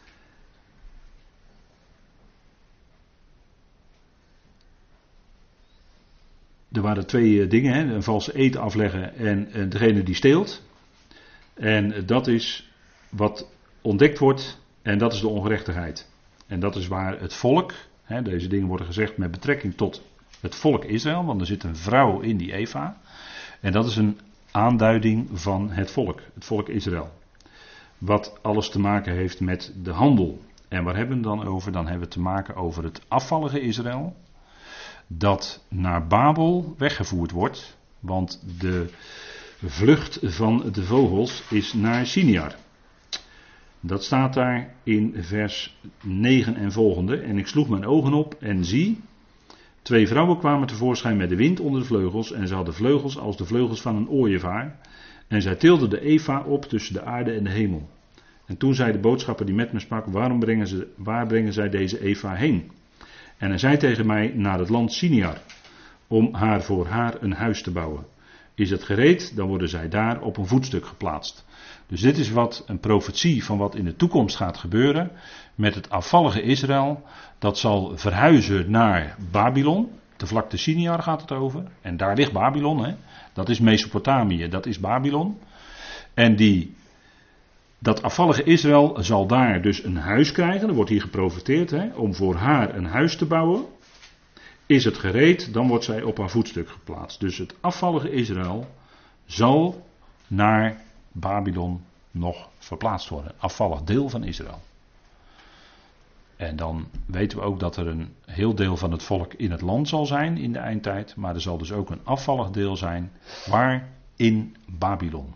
er waren twee uh, dingen, hè, een valse eed afleggen en uh, degene die steelt. En uh, dat is wat ontdekt wordt en dat is de ongerechtigheid. En dat is waar het volk, hè, deze dingen worden gezegd met betrekking tot het volk Israël, want er zit een vrouw in die Eva. En dat is een aanduiding van het volk, het volk Israël. Wat alles te maken heeft met de handel. En waar hebben we het dan over? Dan hebben we het te maken over het afvallige Israël. Dat naar Babel weggevoerd wordt. Want de vlucht van de vogels is naar Siniar. Dat staat daar in vers negen en volgende. En ik sloeg mijn ogen op en zie... Twee vrouwen kwamen tevoorschijn met de wind onder de vleugels en ze hadden vleugels als de vleugels van een ooievaar. En zij tilden de Eva op tussen de aarde en de hemel. En toen zei de boodschapper die met me sprak, waarom brengen ze, waar brengen zij deze Eva heen? En hij zei tegen mij, naar het land Siniar, om haar voor haar een huis te bouwen. Is het gereed, dan worden zij daar op een voetstuk geplaatst. Dus dit is wat een profetie van wat in de toekomst gaat gebeuren met het afvallige Israël. Dat zal verhuizen naar Babylon. De vlakte Siniar gaat het over. En daar ligt Babylon. Hè. Dat is Mesopotamië, dat is Babylon. En die, dat afvallige Israël zal daar dus een huis krijgen. Er wordt hier geprofeteerd hè, om voor haar een huis te bouwen. Is het gereed, dan wordt zij op haar voetstuk geplaatst. Dus het afvallige Israël zal naar Babylon nog verplaatst worden. Afvallig deel van Israël. En dan weten we ook dat er een heel deel van het volk in het land zal zijn in de eindtijd. Maar er zal dus ook een afvallig deel zijn. Waar? In Babylon.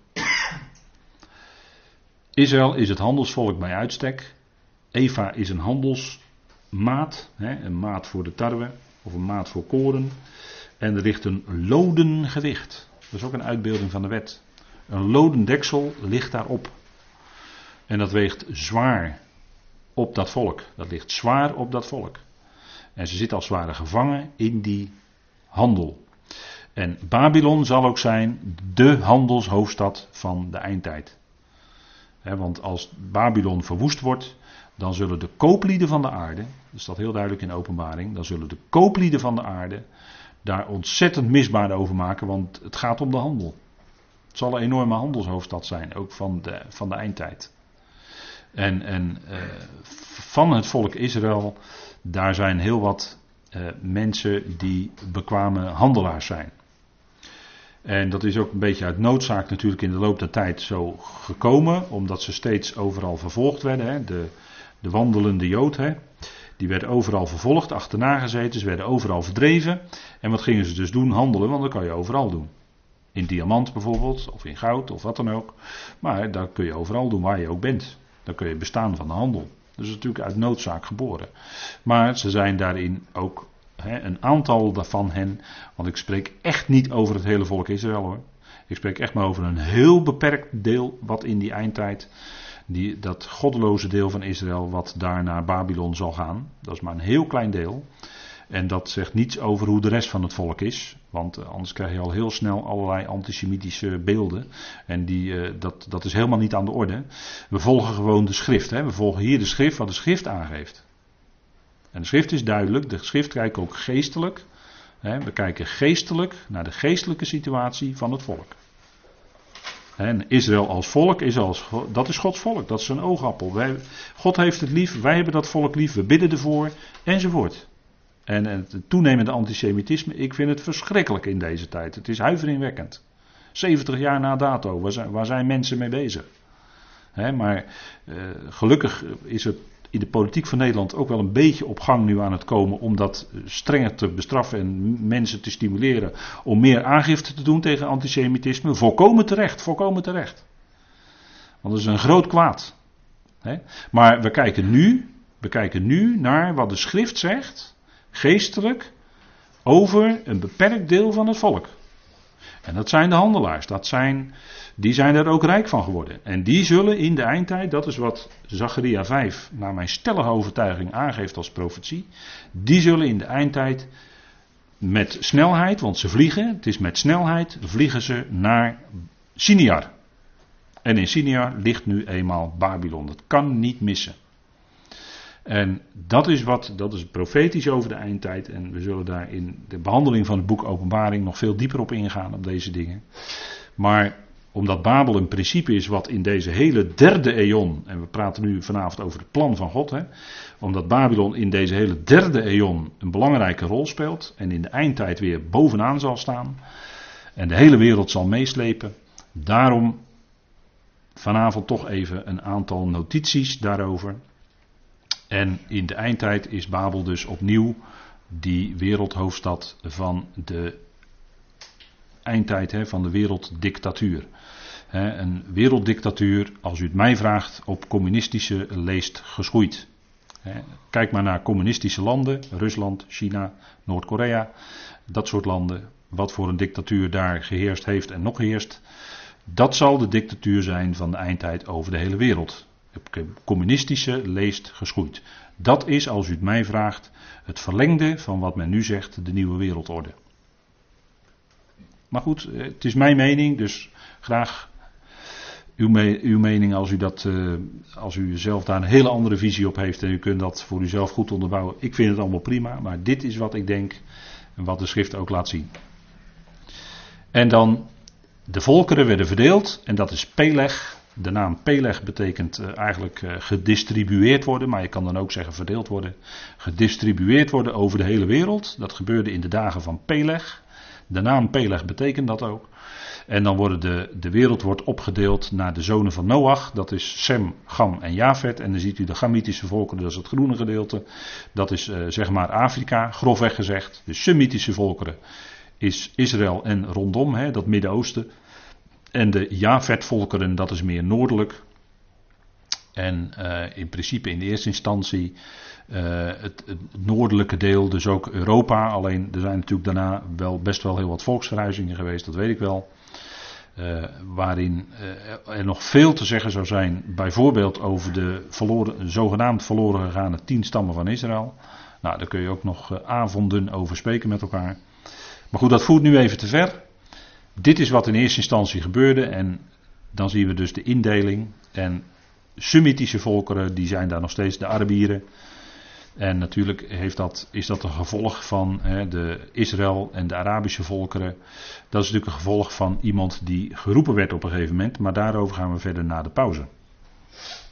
Israël is het handelsvolk bij uitstek. Eva is een handelsmaat. Hè, een maat voor de tarwe. of een maat voor koren. En er ligt een loden gewicht. Dat is ook een uitbeelding van de wet. Een loden deksel ligt daarop. En dat weegt zwaar op dat volk. Dat ligt zwaar op dat volk. En ze zitten als het ware gevangen in die handel. En Babylon zal ook zijn de handelshoofdstad van de eindtijd. He, want als Babylon verwoest wordt, dan zullen de kooplieden van de aarde, dat staat heel duidelijk in Openbaring, dan zullen de kooplieden van de aarde daar ontzettend misbaar over maken, want het gaat om de handel. Het zal een enorme handelshoofdstad zijn, ook van de, van de eindtijd. En, en uh, van het volk Israël, daar zijn heel wat uh, mensen die bekwame handelaars zijn. En dat is ook een beetje uit noodzaak natuurlijk in de loop der tijd zo gekomen, omdat ze steeds overal vervolgd werden. Hè. De, de wandelende Jood, hè. Die werden overal vervolgd, achterna gezeten, ze werden overal verdreven. En wat gingen ze dus doen? Handelen, want dat kan je overal doen. In diamant bijvoorbeeld, of in goud, of wat dan ook. Maar dat kun je overal doen, waar je ook bent. Dan kun je bestaan van de handel. Dat is natuurlijk uit noodzaak geboren. Maar ze zijn daarin ook, he, een aantal van hen, want ik spreek echt niet over het hele volk Israël hoor. Ik spreek echt maar over een heel beperkt deel wat in die eindtijd, die, dat goddeloze deel van Israël wat daar naar Babylon zal gaan. Dat is maar een heel klein deel. En dat zegt niets over hoe de rest van het volk is. Want uh, anders krijg je al heel snel allerlei antisemitische beelden. En die, uh, dat, dat is helemaal niet aan de orde. We volgen gewoon de schrift. Hè? We volgen hier de schrift wat de schrift aangeeft. En de schrift is duidelijk. De schrift kijkt ook geestelijk. Hè? We kijken geestelijk naar de geestelijke situatie van het volk. En Israël als volk, is als, dat is Gods volk. Dat is zijn oogappel. Wij, God heeft het lief. Wij hebben dat volk lief. We bidden ervoor. Enzovoort. En het toenemende antisemitisme, ik vind het verschrikkelijk in deze tijd. Het is huiveringwekkend. zeventig jaar na dato, waar zijn, waar zijn mensen mee bezig? He, maar uh, gelukkig is het in de politiek van Nederland ook wel een beetje op gang nu aan het komen om dat strenger te bestraffen en mensen te stimuleren om meer aangifte te doen tegen antisemitisme. Volkomen terecht, volkomen terecht. Want dat is een groot kwaad. He, maar we kijken nu, we kijken nu naar wat de schrift zegt. Geestelijk over een beperkt deel van het volk. En dat zijn de handelaars. Dat zijn, die zijn er ook rijk van geworden. En die zullen in de eindtijd, dat is wat Zacharia vijf naar mijn stellige overtuiging aangeeft als profetie. Die zullen in de eindtijd met snelheid, want ze vliegen, het is met snelheid, vliegen ze naar Siniar. En in Siniar ligt nu eenmaal Babylon. Dat kan niet missen. En dat is wat, dat is profetisch over de eindtijd. En we zullen daar in de behandeling van het boek Openbaring nog veel dieper op ingaan, op deze dingen. Maar omdat Babel een principe is wat in deze hele derde eon, en we praten nu vanavond over het plan van God, hè, omdat Babylon in deze hele derde eon een belangrijke rol speelt en in de eindtijd weer bovenaan zal staan en de hele wereld zal meeslepen. Daarom vanavond toch even een aantal notities daarover. En in de eindtijd is Babel dus opnieuw die wereldhoofdstad van de eindtijd, hè, van de werelddictatuur. Hè, een werelddictatuur, als u het mij vraagt, op communistische leest geschoeid. Hè, kijk maar naar communistische landen, Rusland, China, Noord-Korea, dat soort landen. Wat voor een dictatuur daar geheerst heeft en nog heerst. Dat zal de dictatuur zijn van de eindtijd over de hele wereld. Communistische leest geschoeid. Dat is, als u het mij vraagt, het verlengde van wat men nu zegt de nieuwe wereldorde. Maar goed, het is mijn mening, dus graag uw, me- uw mening als u, dat, uh, als u zelf daar een hele andere visie op heeft en u kunt dat voor uzelf goed onderbouwen. Ik vind het allemaal prima, maar dit is wat ik denk en wat de schrift ook laat zien. En dan, de volkeren werden verdeeld en dat is Peleg. De naam Peleg betekent uh, eigenlijk uh, gedistribueerd worden, maar je kan dan ook zeggen verdeeld worden. Gedistribueerd worden over de hele wereld. Dat gebeurde in de dagen van Peleg. De naam Peleg betekent dat ook. En dan worden de, de wereld wordt opgedeeld naar de zonen van Noach. Dat is Sem, Gam en Jafet. En dan ziet u de Gamitische volkeren, dat is het groene gedeelte. Dat is uh, zeg maar Afrika, grofweg gezegd. De Semitische volkeren is Israël en rondom, hè, dat Midden-Oosten. En de Jafet-volkeren, dat is meer noordelijk. En uh, in principe in de eerste instantie uh, het, het noordelijke deel, dus ook Europa. Alleen er zijn natuurlijk daarna wel best wel heel wat volksverhuizingen geweest, dat weet ik wel. Uh, waarin uh, er nog veel te zeggen zou zijn, bijvoorbeeld over de verloren, zogenaamd verloren gegaane tien stammen van Israël. Nou, daar kun je ook nog uh, avonden over spreken met elkaar. Maar goed, dat voert nu even te ver. Dit is wat in eerste instantie gebeurde en dan zien we dus de indeling. En Semitische volkeren, die zijn daar nog steeds de Arabieren. En natuurlijk heeft dat, is dat een gevolg van hè, de Israël en de Arabische volkeren. Dat is natuurlijk een gevolg van iemand die geroepen werd op een gegeven moment. Maar daarover gaan we verder na de pauze.